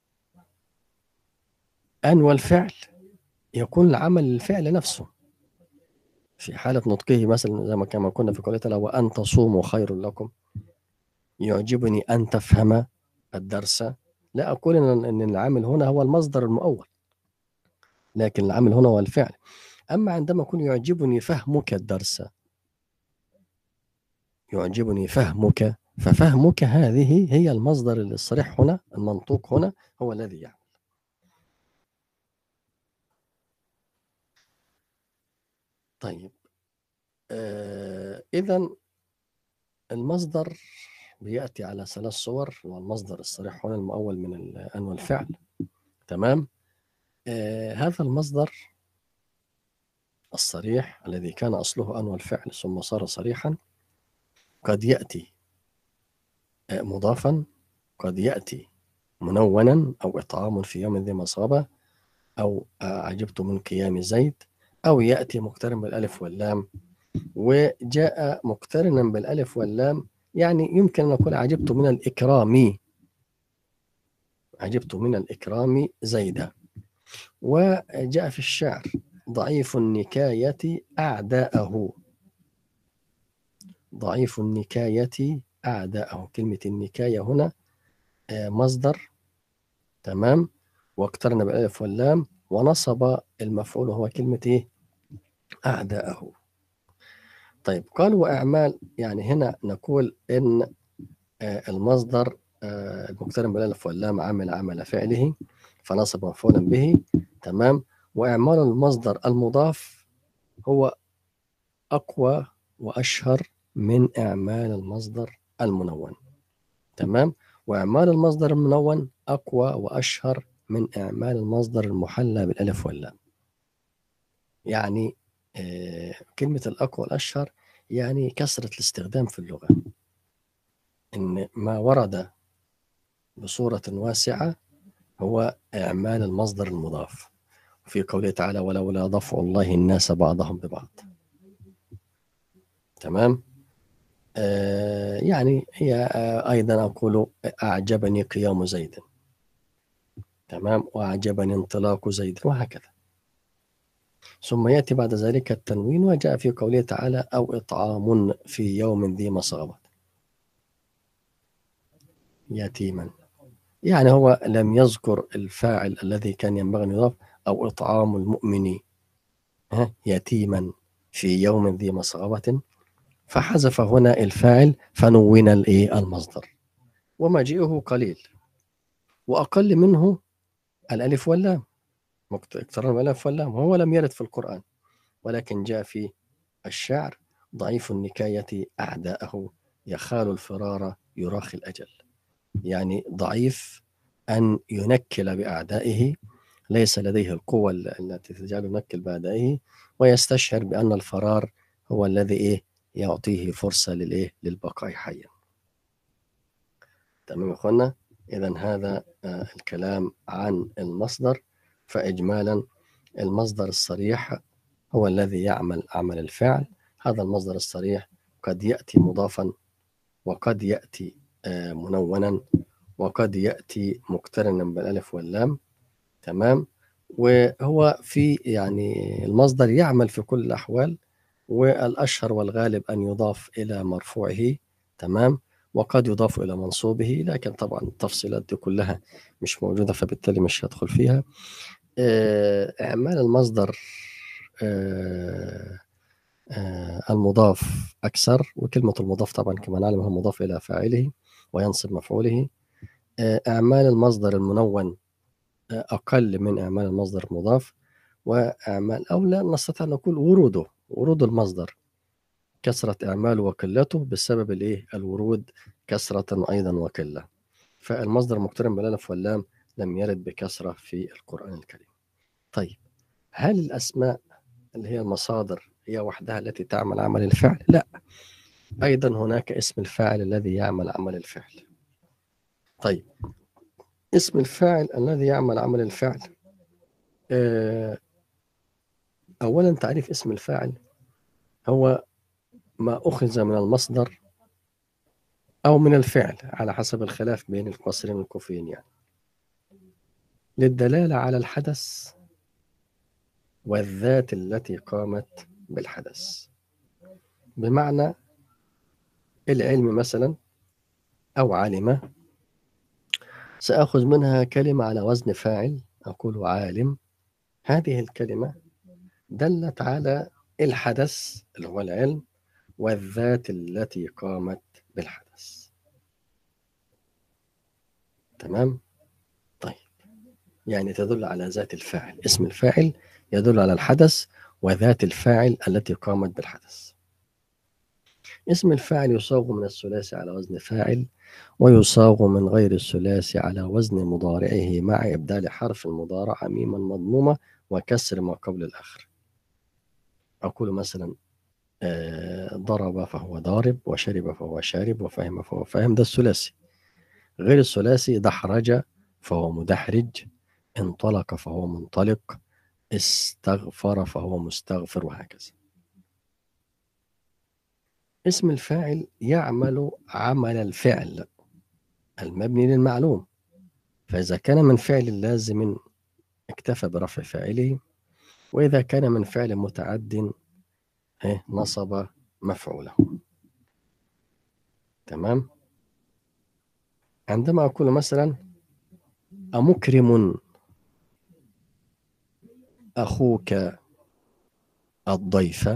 أن والفعل يكون العمل للفعل نفسه. في حالة نطقه مثلا زي ما كما كنا في قوله تعالى وأن تصوموا خير لكم، يعجبني أن تفهم الدرس، لا أقول إن العامل هنا هو المصدر المؤول، لكن العامل هنا هو الفعل. أما عندما يكون يعجبني فهمك الدرس، يعجبني فهمك، ففهمك هذه هي المصدر الصريح هنا، المنطوق هنا هو الذي يعمل. طيب إذا المصدر بيأتي على ثلاث صور، والمصدر الصريح هنا المؤول من الأن والفعل. تمام. هذا المصدر الصريح الذي كان أصله أن والفعل ثم صار صريحا قد يأتي مضافا، قد يأتي منونا أو إطعام في يوم ذي مصابة، أو عجبت من قيام زيد، أو يأتي مقترن بالألف واللام. وجاء مقترنا بالألف واللام يعني يمكن أن نقول عجبت من الإكرام، عجبت من الإكرام زيدا. وجاء في الشعر ضعيف النكاية أعداءه، ضعيف النكاية أعداءه. كلمة النكاية هنا مصدر، تمام، واقترن بالألف واللام ونصب المفعول هو كلمة إيه؟ أعداءه. طيب قالوا وأعمال، يعني هنا نقول إن المصدر المقترن بالألف واللام عمل فعله فنصب مفعولا به، تمام. وإعمال المصدر المضاف هو أقوى وأشهر من إعمال المصدر المنون. تمام. وإعمال المصدر المنون أقوى وأشهر من إعمال المصدر المحلى بالألف واللام. يعني كلمة الأقوى والأشهر يعني كثرة الاستخدام في اللغة، إن ما ورد بصورة واسعة هو إعمال المصدر المضاف، في قوله تعالى ولولا دفع الله الناس بعضهم ببعض. تمام. يعني هي أيضا أقول أعجبني قيام زيد. تمام. وأعجبني انطلاق زيد، وهكذا. ثم يأتي بعد ذلك التنوين، وجاء في قوله تعالى أو إطعام في يوم ذي مسغبة يتيما. يعني هو لم يذكر الفاعل الذي كان ينبغي أن يضاف، أو إطعام المؤمن يتيما في يوم ذي مسغبة، فحذف هنا الفاعل فنون المصدر. ومجيئه قليل، وأقل منه الألف واللام، اقتران الألف واللام، وهو لم يرد في القرآن، ولكن جاء في الشعر ضعيف النكاية أعداءه يخال الفرار يراخي الأجل. يعني ضعيف أن ينكل بأعدائه، ليس لديه القوة التي تجعله ينكل بأعدائه، ويستشعر بأن الفرار هو الذي يعطيه فرصة للبقاء حيا. تمام يا أخوانا. إذا هذا الكلام عن المصدر. فإجمالا المصدر الصريح هو الذي يعمل عمل الفعل. هذا المصدر الصريح قد يأتي مضافا، وقد يأتي منونا، وقد يأتي مقترنا بالألف واللام. تمام. وهو في يعني المصدر يعمل في كل الأحوال، والأشهر والغالب أن يضاف إلى مرفوعه. تمام. وقد يضاف إلى منصوبه، لكن طبعا التفصيلات دي كلها مش موجودة، فبالتالي مش هدخل فيها. إعمال المصدر المضاف أكثر، وكلمة المضاف طبعا كما نعلم هو مضاف إلى فاعله وينصب مفعوله. إعمال المصدر المنون أقل من إعمال المصدر المضاف. وأعمال، أو لا نستطيع أن نقول ورود المصدر كثرة إعماله وقلته بسبب الورود كثرة أيضا وقلة. فالمصدر مقترن بالألف واللام لم يرد بكثرة في القرآن الكريم. طيب، هل الأسماء اللي هي المصادر هي وحدها التي تعمل عمل الفعل؟ لا، أيضا هناك اسم الفاعل الذي يعمل عمل الفعل. طيب، اسم الفاعل الذي يعمل عمل الفعل، أولا تعريف اسم الفاعل هو ما أخذ من المصدر أو من الفعل على حسب الخلاف بين القاصرين والكوفيين، يعني للدلالة على الحدث والذات التي قامت بالحدث. بمعنى العلم مثلا، أو علم، سأخذ منها كلمة على وزن فاعل، أقول عالم. هذه الكلمة دلت على الحدث اللي هو العلم والذات التي قامت بالحدث. تمام. طيب، يعني تدل على ذات الفاعل. اسم الفاعل يدل على الحدث وذات الفاعل التي قامت بالحدث. اسم الفاعل يصاغ من الثلاثي على وزن فاعل، ويصاغ من غير الثلاثي على وزن مضارعه مع إبدال حرف المضارعة ميما مضمومة وكسر ما قبل الآخر. أقول مثلا ضرب فهو ضارب، وشرب فهو شارب، وفهم فهو فاهم. ده الثلاثي. غير الثلاثي دحرج فهو مدحرج، انطلق فهو منطلق، استغفر فهو مستغفر، وهكذا. اسم الفاعل يعمل عمل الفعل المبني للمعلوم، فإذا كان من فعل لازم اكتفى برفع فاعله، وإذا كان من فعل متعد نصب مفعوله. تمام. عندما أقول مثلا أمكرم أخوك الضيف.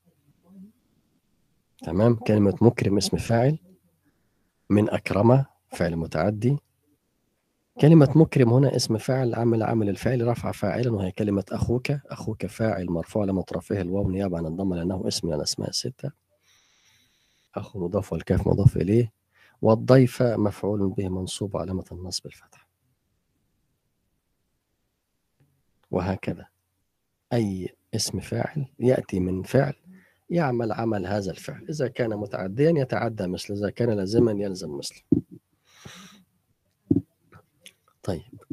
تمام. كلمة مكرم اسم فاعل، من أكرم فعل متعدي، كلمة مكرم هنا اسم فاعل عامل الفعل رفع فاعلا، وهي كلمة أخوك. أخوك فاعل مرفوع على مطرفه الواو نيابة عن الضمة لأنه اسم من الأسماء الستة. أخو مضاف والكاف مضاف إليه. والضيف مفعول به منصوب علامة النصب الفتح. وهكذا أي اسم فاعل يأتي من فعل يعمل عمل هذا الفعل، إذا كان متعديا يتعدى مثل، إذا كان لازما يلزم مثل. طيب،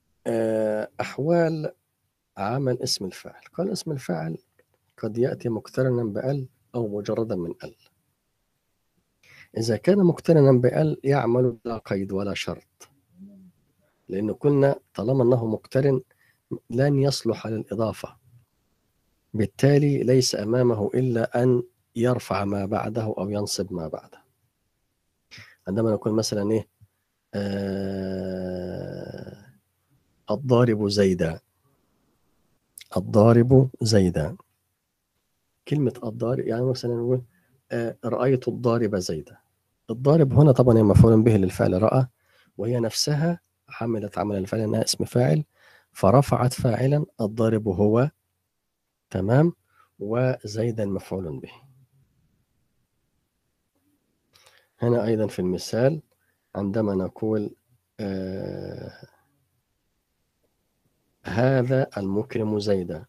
أحوال عمل اسم الفاعل. قال اسم الفاعل قد يأتي مقترنا بأل أو مجردا من أل. إذا كان مقترنا بأل يعمل لا قيد ولا شرط، لأنه قلنا طالما أنه مقترن لن يصلح للإضافة، بالتالي ليس أمامه إلا أن يرفع ما بعده أو ينصب ما بعده. عندما نقول مثلا إيه، الضارب زيدا. الضارب زيدا، كلمة الضارب يعني مثلا نقول رأيت الضارب زيدا. الضارب هنا طبعا هي مفعول به للفعل رأى، وهي نفسها حملت عمل الفعل انها اسم فاعل، فرفعت فاعلا الضارب هو، تمام، وزيدا مفعول به. هنا أيضا في المثال عندما نقول هذا المكرم زيدا.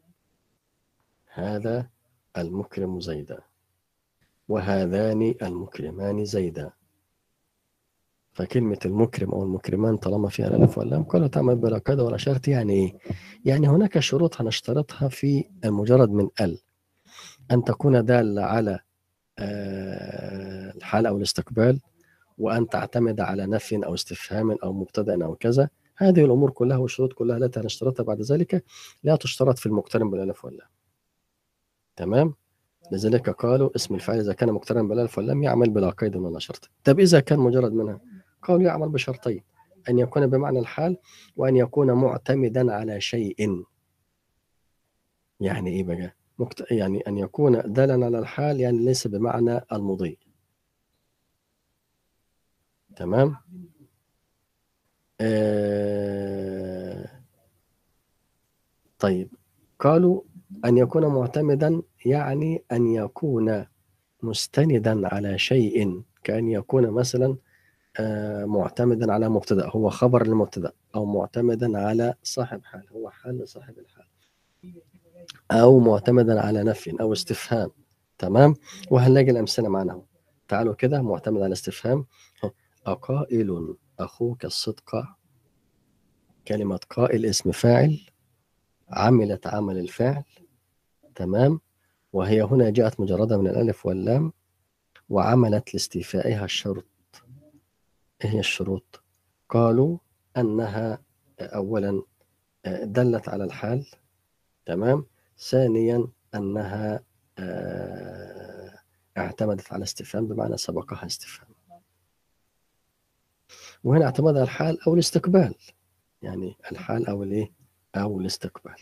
هذا المكرم زيدا، وهذان المكرمان زيدا. فكلمة المكرم أو المكرمان طالما فيها الألف واللام كلها تعمل بلا قيد ولا شرط. يعني إيه؟ يعني هناك شروط هنشترطها في المجرد من ال، أن تكون دالة على الحال أو الاستقبال، وأن تعتمد على نفي أو استفهام أو مبتدأ أو كذا. هذه الأمور كلها والشروط كلها التي هنشترطها بعد ذلك لا تشترط في المقترن بالألف واللام. تمام؟ لذلك قالوا اسم الفاعل إذا كان مقترنا بالألف واللام يعمل بلا قيد ولا شرط. طب إذا كان مجرد منها، قالوا يعمل بشرطين: أن يكون بمعنى الحال، وأن يكون معتمدا على شيء. يعني إيه بقى؟ يعني أن يكون دالا على الحال، يعني ليس بمعنى المضي. تمام؟ طيب، قالوا أن يكون معتمدا يعني أن يكون مستندا على شيء، كأن يكون مثلا معتمدا على مبتدأ هو خبر للمبتدأ، أو معتمدا على صاحب حال هو حال لصاحب الحال، أو معتمدا على نفي أو استفهام. تمام؟ وهنلاقي الأمثلة معنا. تعالوا كده، معتمد على استفهام: أقائل أخوك الصدق. كلمة قائل اسم فاعل عملت عمل الفعل، تمام، وهي هنا جاءت مجردة من الألف واللام، وعملت لاستيفائها الشرط. إيه هي الشروط؟ قالوا أنها أولا دلت على الحال، تمام. ثانيا أنها اعتمدت على استفهام بمعنى سبقها استفهام. وهنا اعتمد على الحال أو الاستقبال، يعني الحال أو الإيه أو الاستقبال.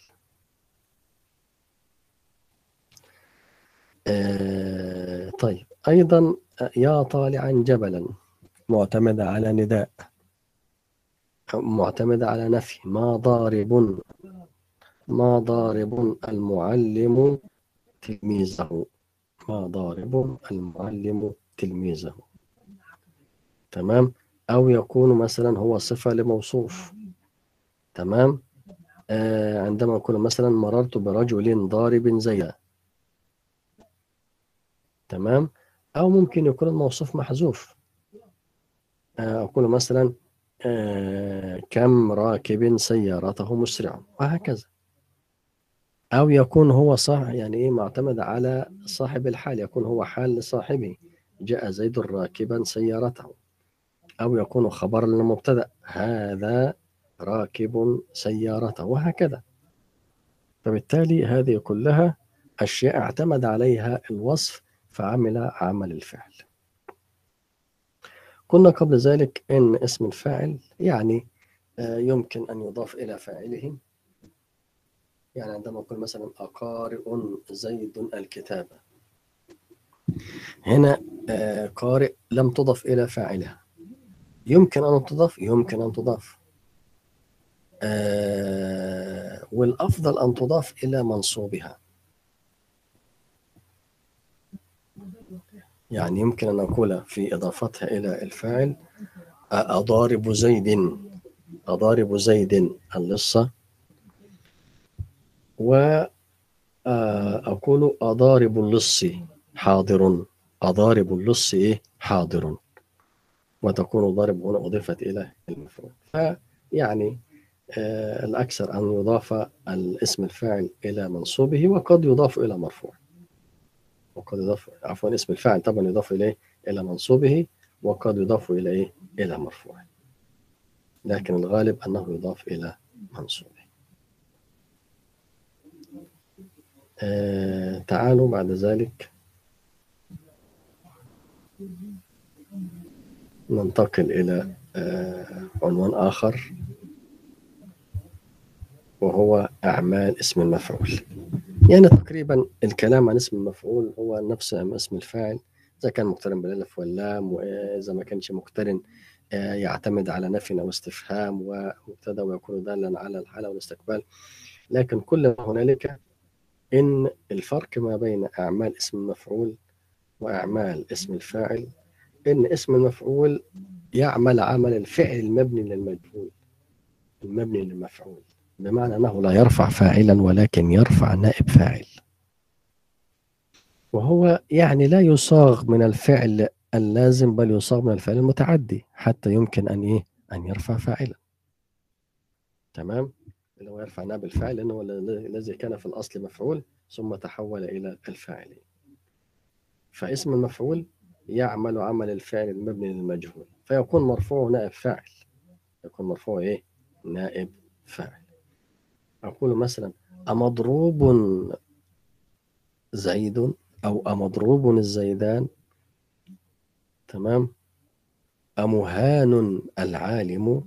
طيب، أيضا يا طالعا جبلا معتمدة على نداء، معتمدة على نفي. ما ضارب، ما ضارب المعلم تلميذه. ما ضارب المعلم تلميذه، تمام. أو يكون مثلا هو صفة لموصوف، تمام. عندما نقول مثلا مررت برجل ضارب زيدا، تمام. أو ممكن يكون الموصوف محذوف، أقول مثلا كم راكب سيارته مسرع، وهكذا. أو يكون هو صح، يعني إيه، معتمد على صاحب الحال، يكون هو حال لصاحبه: جاء زيد راكبا سيارته. أو يكون خبرا للمبتدأ: هذا راكب سيارته، وهكذا. فبالتالي هذه كلها أشياء اعتمد عليها الوصف فعمل عمل الفعل. قلنا قبل ذلك إن اسم الفاعل يعني يمكن أن يضاف إلى فاعله. يعني عندما أقول مثلا أقارئ زيد الكتاب، هنا قارئ لم تضف إلى فاعلها. يمكن أن تضاف، يمكن أن تضاف، والأفضل أن تضاف إلى منصوبها. يعني يمكن أن نقول في إضافتها إلى الفاعل أضارب زيد، أضارب زيد اللصة، وأقول أضارب اللص حاضر، أضارب اللص حاضر، وتكون ضارب هنا أضيفت إلى المفعول. فيعني الأكثر أن يضاف الاسم الفاعل إلى منصوبه، وقد يضاف إلى مرفوع، وقد يضاف عفوا اسم الفاعل طبعا يضاف إليه إلى منصوبه، وقد يضاف إلى إلى مرفوع، لكن الغالب أنه يضاف إلى منصوبه. تعالوا بعد ذلك ننتقل إلى عنوان آخر، وهو أعمال اسم المفعول. يعني تقريبا الكلام عن اسم المفعول هو نفس اسم الفاعل، إذا كان مقترن بالألف واللام، وإذا ما كانش مقترن يعتمد على نفي أو استفهام ومبتدأ ويكون دالا على الحالة والاستقبال. لكن كل ما هنالك إن الفرق ما بين أعمال اسم المفعول وأعمال اسم الفاعل إن اسم المفعول يعمل عمل الفعل المبني للمجهول، المبني للمفعول، بمعنى أنه لا يرفع فاعلا ولكن يرفع نائب فاعل، وهو يعني لا يصاغ من الفعل اللازم بل يصاغ من الفعل المتعدي حتى يمكن أن أن يرفع فاعلا. تمام، اللي هو يرفع نائب الفاعل لأنه الذي كان في الأصل مفعول ثم تحول إلى الفاعل. فاسم المفعول يعمل عمل الفعل المبني للمجهول، فيكون مرفوع نائب فاعل، يكون مرفوع نائب فاعل. أقول مثلا أمضروب زيد أو أمضروب الزيدان، تمام، أمهان العالم،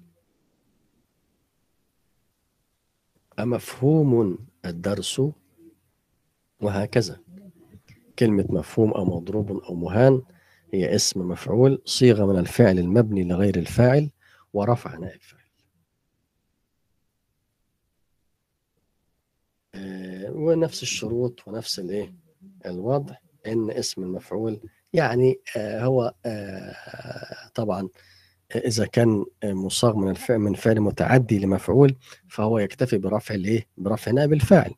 أمفهوم الدرس، وهكذا. كلمة مفهوم أو مضروب أو مهان هي اسم مفعول صيغة من الفعل المبني لغير الفاعل ورفع نائب فاعل. ونفس الشروط ونفس الوضع، ان اسم المفعول يعني هو طبعا اذا كان مصاغ من الفعل من فعل متعدي لمفعول فهو يكتفي برفع برفع نائب الفاعل.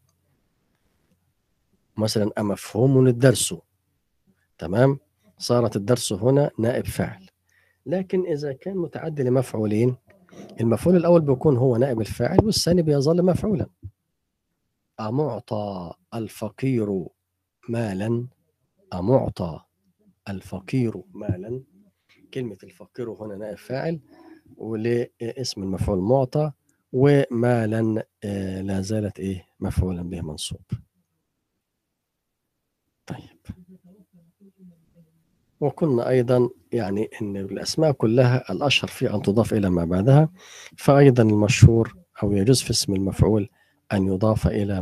مثلا أمفهوم الدرس، تمام، صارت الدرس هنا نائب فاعل. لكن اذا كان متعدي لمفعولين المفعول الاول بيكون هو نائب الفاعل والثاني بيظل مفعولا. أمعطى الفقير مالا، أمعطى الفقير مالا، كلمة الفقير هنا نائب فاعل ولاسم المفعول معطى، ومالا لا زالت مفعولا به منصوب. طيب، وقلنا أيضا يعني أن الأسماء كلها الأشهر في أن تضاف إلى ما بعدها، فأيضا المشهور أو يجوز في اسم المفعول أن يضاف إلى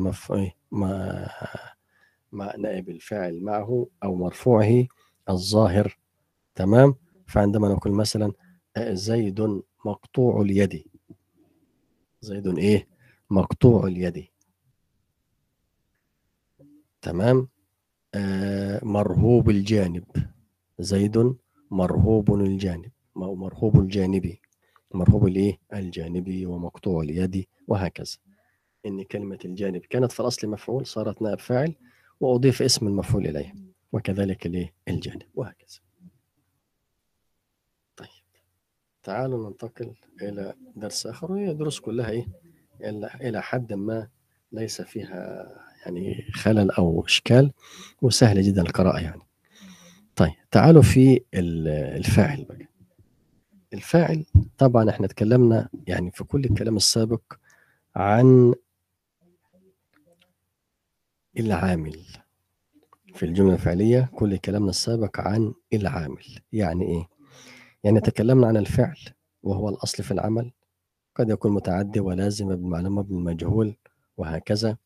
مع نائب الفاعل معه أو مرفوعه الظاهر. تمام، فعندما نقول مثلا زيد مقطوع اليد، زيد مقطوع اليد، تمام. مرهوب الجانب، زيد مرهوب الجانب، مرهوب الجانبي، مرهوب الجانبي ومقطوع اليد، وهكذا. إن كلمة الجانب كانت في الأصل مفعول صارت نائب فاعل وأضيف اسم المفعول إليه، وكذلك الجانب، وهكذا. طيب، تعالوا ننتقل إلى درس آخر، وهي دروس كلها إلى حد ما ليس فيها يعني خلل أو إشكال، وسهل جدا القراءة يعني. طيب، تعالوا في الفاعل بقى. الفاعل طبعا احنا اتكلمنا يعني في كل الكلام السابق عن العامل في الجملة الفعلية، كل كلامنا السابق عن العامل. يعني إيه؟ يعني تكلمنا عن الفعل وهو الأصل في العمل، قد يكون متعدي ولازم بالمعلومة بالمجهول، وهكذا.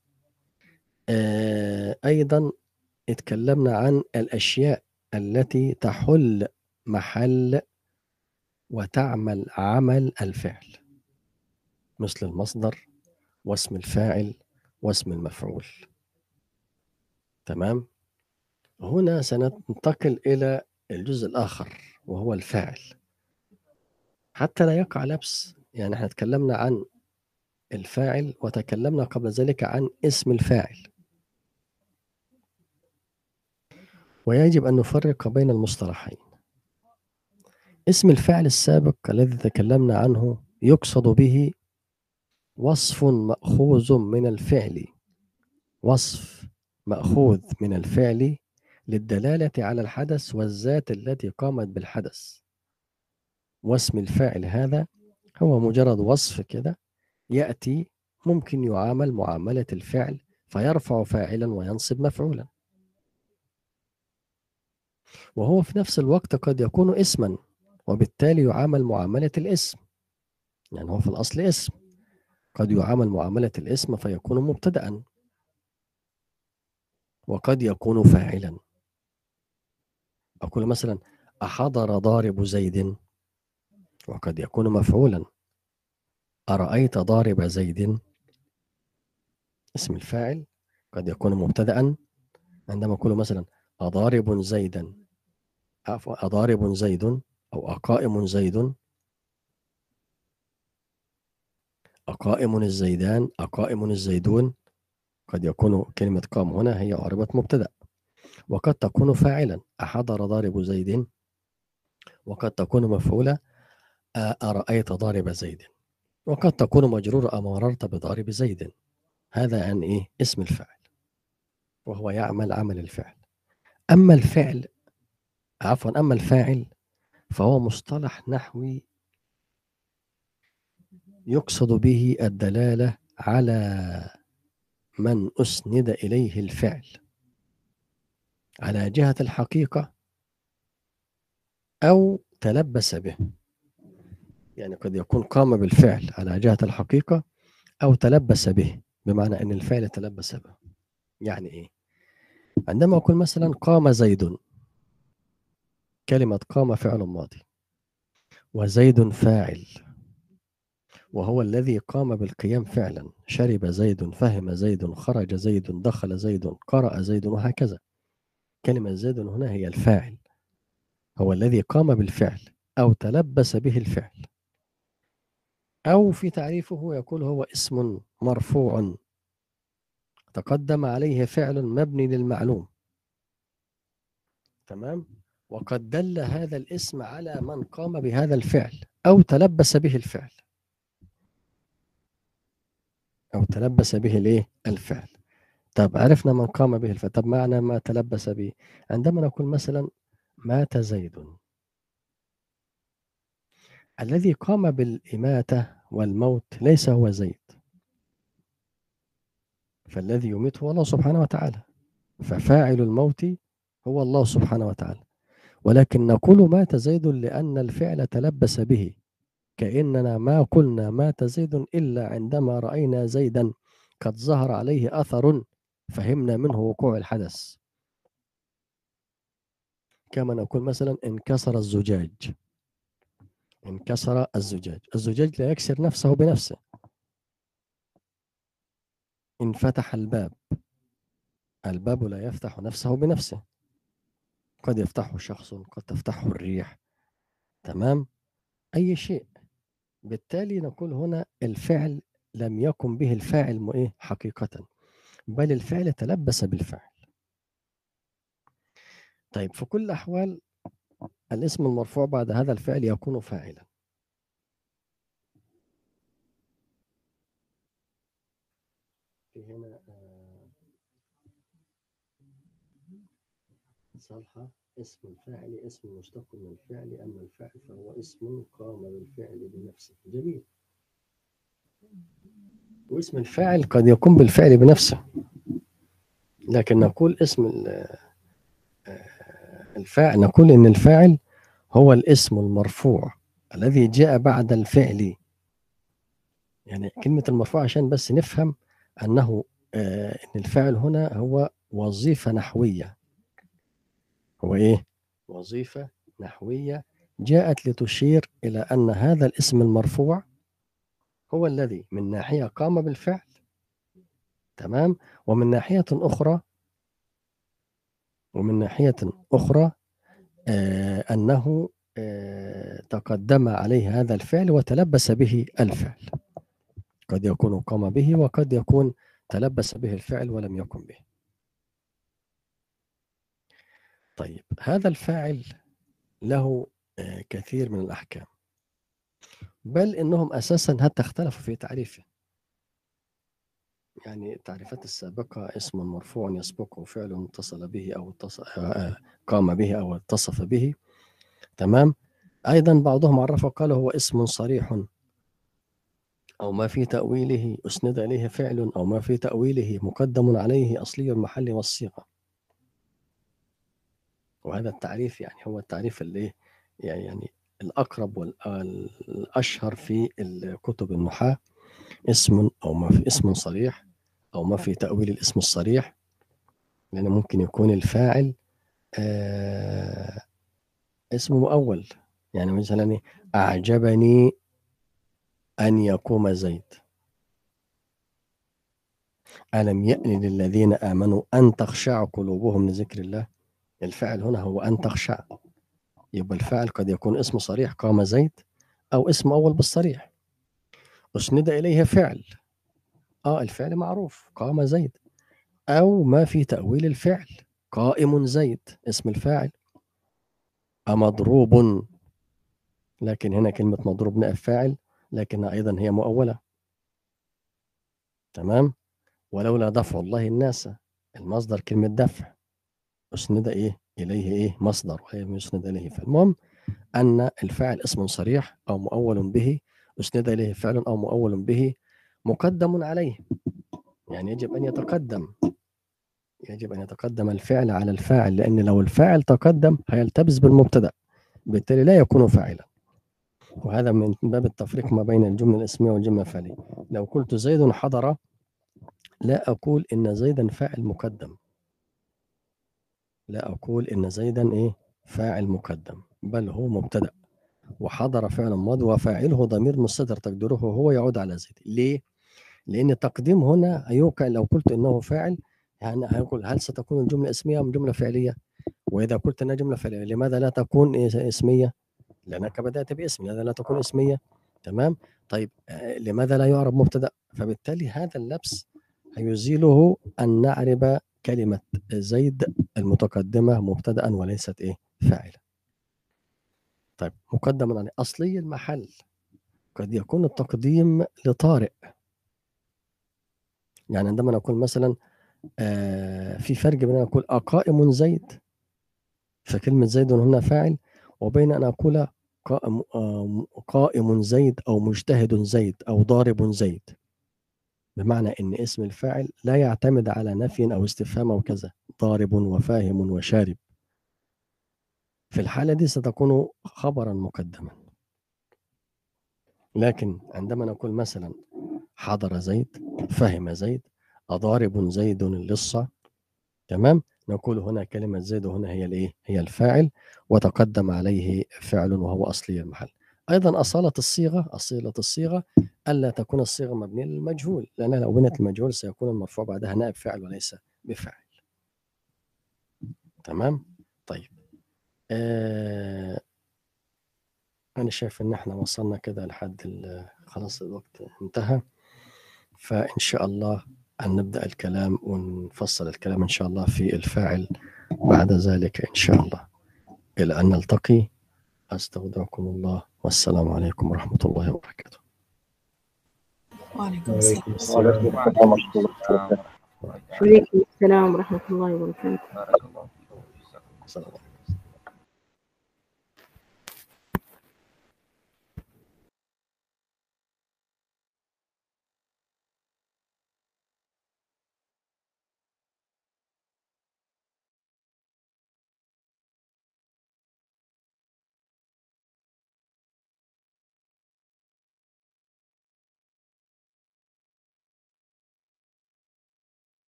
أيضا اتكلمنا عن الأشياء التي تحل محل وتعمل عمل الفعل. مثل المصدر واسم الفاعل واسم المفعول. تمام. هنا سننتقل إلى الجزء الآخر وهو الفاعل، حتى لا يقع لبس. يعني احنا تكلمنا عن الفاعل وتكلمنا قبل ذلك عن اسم الفاعل، ويجب أن نفرق بين المصطلحين. اسم الفاعل السابق الذي تكلمنا عنه يقصد به وصف مأخوذ من الفعل، وصف مأخوذ من الفعل للدلالة على الحدث والذات التي قامت بالحدث. واسم الفاعل هذا هو مجرد وصف كده يأتي، ممكن يعامل معاملة الفعل فيرفع فاعلا وينصب مفعولا، وهو في نفس الوقت قد يكون اسما وبالتالي يعامل معاملة الاسم. يعني هو في الأصل اسم، قد يعامل معاملة الاسم فيكون مبتدأ، وقد يكون فاعلا. أقول مثلا أحضر ضارب زيد، وقد يكون مفعولا. أرأيت ضارب زيد، اسم الفاعل قد يكون مبتدأ. عندما أقول مثلا أضارب زيدا، أضارب زيد أو أقائم زيد، أقائم الزيدان، أقائم الزيدون، قد يكون كلمة قام هنا هي عربة مبتدأ، وقد تكون فاعلا أحضر ضارب زيد، وقد تكون مفعولة أرأيت ضارب زيد، وقد تكون مجرورة أمررت بضارب زيد. هذا عن إيه؟ اسم الفاعل، وهو يعمل عمل الفعل. أما الفعل، عفوا، أما الفاعل فهو مصطلح نحوي يقصد به الدلالة على من أسند إليه الفعل على جهة الحقيقة أو تلبس به. يعني قد يكون قام بالفعل على جهة الحقيقة أو تلبس به، بمعنى أن الفعل تلبس به. يعني إيه؟ عندما أقول مثلا قام زيد، كلمة قام فعل ماضي وزيد فاعل، وهو الذي قام بالقيام فعلا. شرب زيد، فهم زيد، خرج زيد، دخل زيد، قرأ زيد، وهكذا. كلمة زيد هنا هي الفاعل، هو الذي قام بالفعل أو تلبس به الفعل. أو في تعريفه يقول هو اسم مرفوع تقدم عليه فعل مبني للمعلوم. تمام. وقد دل هذا الاسم على من قام بهذا الفعل أو تلبس به الفعل، أو تلبس به الإيه؟ الفعل. طب عرفنا من قام به الفعل، طب معنى ما تلبس به؟ عندما نقول مثلا مات زيد، الذي قام بالإماتة والموت ليس هو زيد، فالذي يميت هو الله سبحانه وتعالى، ففاعل الموت هو الله سبحانه وتعالى. ولكن نقول مات زيد لأن الفعل تلبس به، كأننا ما قلنا مات زيد إلا عندما رأينا زيدا قد ظهر عليه أثر فهمنا منه وقوع الحدث. كما نقول مثلا انكسر الزجاج، انكسر الزجاج، الزجاج لا يكسر نفسه بنفسه. انفتح الباب، الباب لا يفتح نفسه بنفسه، قد يفتحه شخص، قد تفتحه الريح. تمام. أي شيء. بالتالي نقول هنا الفعل لم يقم به الفاعل إيه حقيقة، بل الفعل تلبس بالفعل. طيب في كل الأحوال الاسم المرفوع بعد هذا الفعل يكون فاعلا. في هنا صالحة، اسم الفاعل اسم مشتق من الفعل، أما الفاعل فهو اسم قام بالفعل بنفسه. جميل. واسم الفاعل قد يقوم بالفعل بنفسه، لكن نقول اسم الفاعل، نقول إن الفاعل هو الاسم المرفوع الذي جاء بعد الفعل. يعني كلمة المرفوع عشان بس نفهم أنه إن الفاعل هنا هو وظيفة نحوية. هو إيه؟ وظيفة نحوية جاءت لتشير إلى أن هذا الاسم المرفوع هو الذي من ناحية قام بالفعل، تمام، ومن ناحية أخرى أنه تقدم عليه هذا الفعل وتلبس به الفعل. قد يكون قام به وقد يكون تلبس به الفعل ولم يقم به. طيب هذا الفاعل له كثير من الأحكام، بل إنهم أساسا حتى اختلفوا في تعريفه. يعني التعريفات السابقة اسم مرفوع يسبقه فعل اتصل به أو قام به أو اتصف به، تمام. أيضا بعضهم عرفه قال هو اسم صريح، أو ما في تأويله أسند إليه فعل، أو ما في تأويله مقدم عليه أصلي المحل والصيغة. وهذا التعريف يعني هو التعريف اللي يعني الأقرب والأشهر في الكتب النحاة. اسم أو ما في اسم صريح، أو ما في تأويل الاسم الصريح، لأن ممكن يكون الفاعل اسم مؤول. يعني مثلا أعجبني أن يقوم زيد، ألم يأن للذين آمنوا أن تخشع قلوبهم لذكر الله. الفاعل هنا هو أن تخشع، يبقى الفاعل قد يكون اسم صريح قام زيد، أو اسم مؤول بالصريح أسند إليه فعل، الفعل معروف قام زيد، أو ما في تأويل الفعل قائم زيد اسم الفاعل، أمضروب، لكن هنا كلمة مضروب نائب فاعل، لكنها أيضا هي مؤولة، تمام. ولولا دفع الله الناس، المصدر كلمة دفع أسند إليه مصدر، وهي يسند إليه. فالمهم أن الفاعل اسم صريح أو مؤول به أسند إليه فعل أو مؤول به مقدم عليه. يعني يجب أن يتقدم الفعل على الفاعل، لأن لو الفاعل تقدم هيلتبس بالمبتدأ، بالتالي لا يكون فاعلا. وهذا من باب التفريق ما بين الجملة الاسمية والجملة الفعلية. لو قلت زيد حضر، لا أقول إن زيدا فاعل مقدم، لا أقول إن زيدا فاعل مقدم، بل هو مبتدأ، وحضر فعل ماضي وفاعله ضمير مستتر تقديره هو يعود على زيد. ليه؟ لأن التقديم هنا يوقع. لو قلت إنه فاعل يعني هيقول هل ستكون الجملة اسمية أم جملة فعلية؟ وإذا قلت إنها جملة فعلية لماذا لا تكون اسمية؟ لأنك بدأت باسم، لماذا لا تكون اسمية؟ تمام؟ طيب لماذا لا يعرب مبتدأ؟ فبالتالي هذا اللبس هيزيله أن نعرب كلمة زيد المتقدمة مبتدأ وليست فاعلة. طيب مقدم على أصلي المحل، قد يكون التقديم لطارئ. يعني عندما نقول مثلا في فرق بين أن أقول أقائم زيد، فكلمة زيد هنا فاعل، وبين أن أقول قائم زيد أو مجتهد زيد أو ضارب زيد، بمعنى أن اسم الفاعل لا يعتمد على نفي أو استفهام أو كذا، ضارب وفاهم وشارب. في الحالة دي ستكون خبرا مقدما. لكن عندما نقول مثلا حضر زيد، فهم زيد، أضارب زيد اللصة، تمام، نقول هنا كلمة زيد هنا هي هي الفاعل، وتقدم عليه فعل وهو أصلي المحل. أيضا أصالة الصيغة ألا تكون الصيغة مبنية للمجهول، لأن لو بنت المجهول سيكون المرفوع بعدها نائب فاعل وليس بفاعل. تمام. طيب أنا شايف إن إحنا وصلنا كده لحد خلاص الوقت انتهى، فإن شاء الله أن نبدأ الكلام ونفصل الكلام إن شاء الله في الفاعل بعد ذلك إن شاء الله. إلى أن نلتقي، أستودعكم الله، والسلام عليكم ورحمة الله وبركاته. وعليكم السلام. وعليكم السلام ورحمة الله وبركاته. وعليكم السلام ورحمة الله وبركاته. بارك الله فيك. السلام عليكم.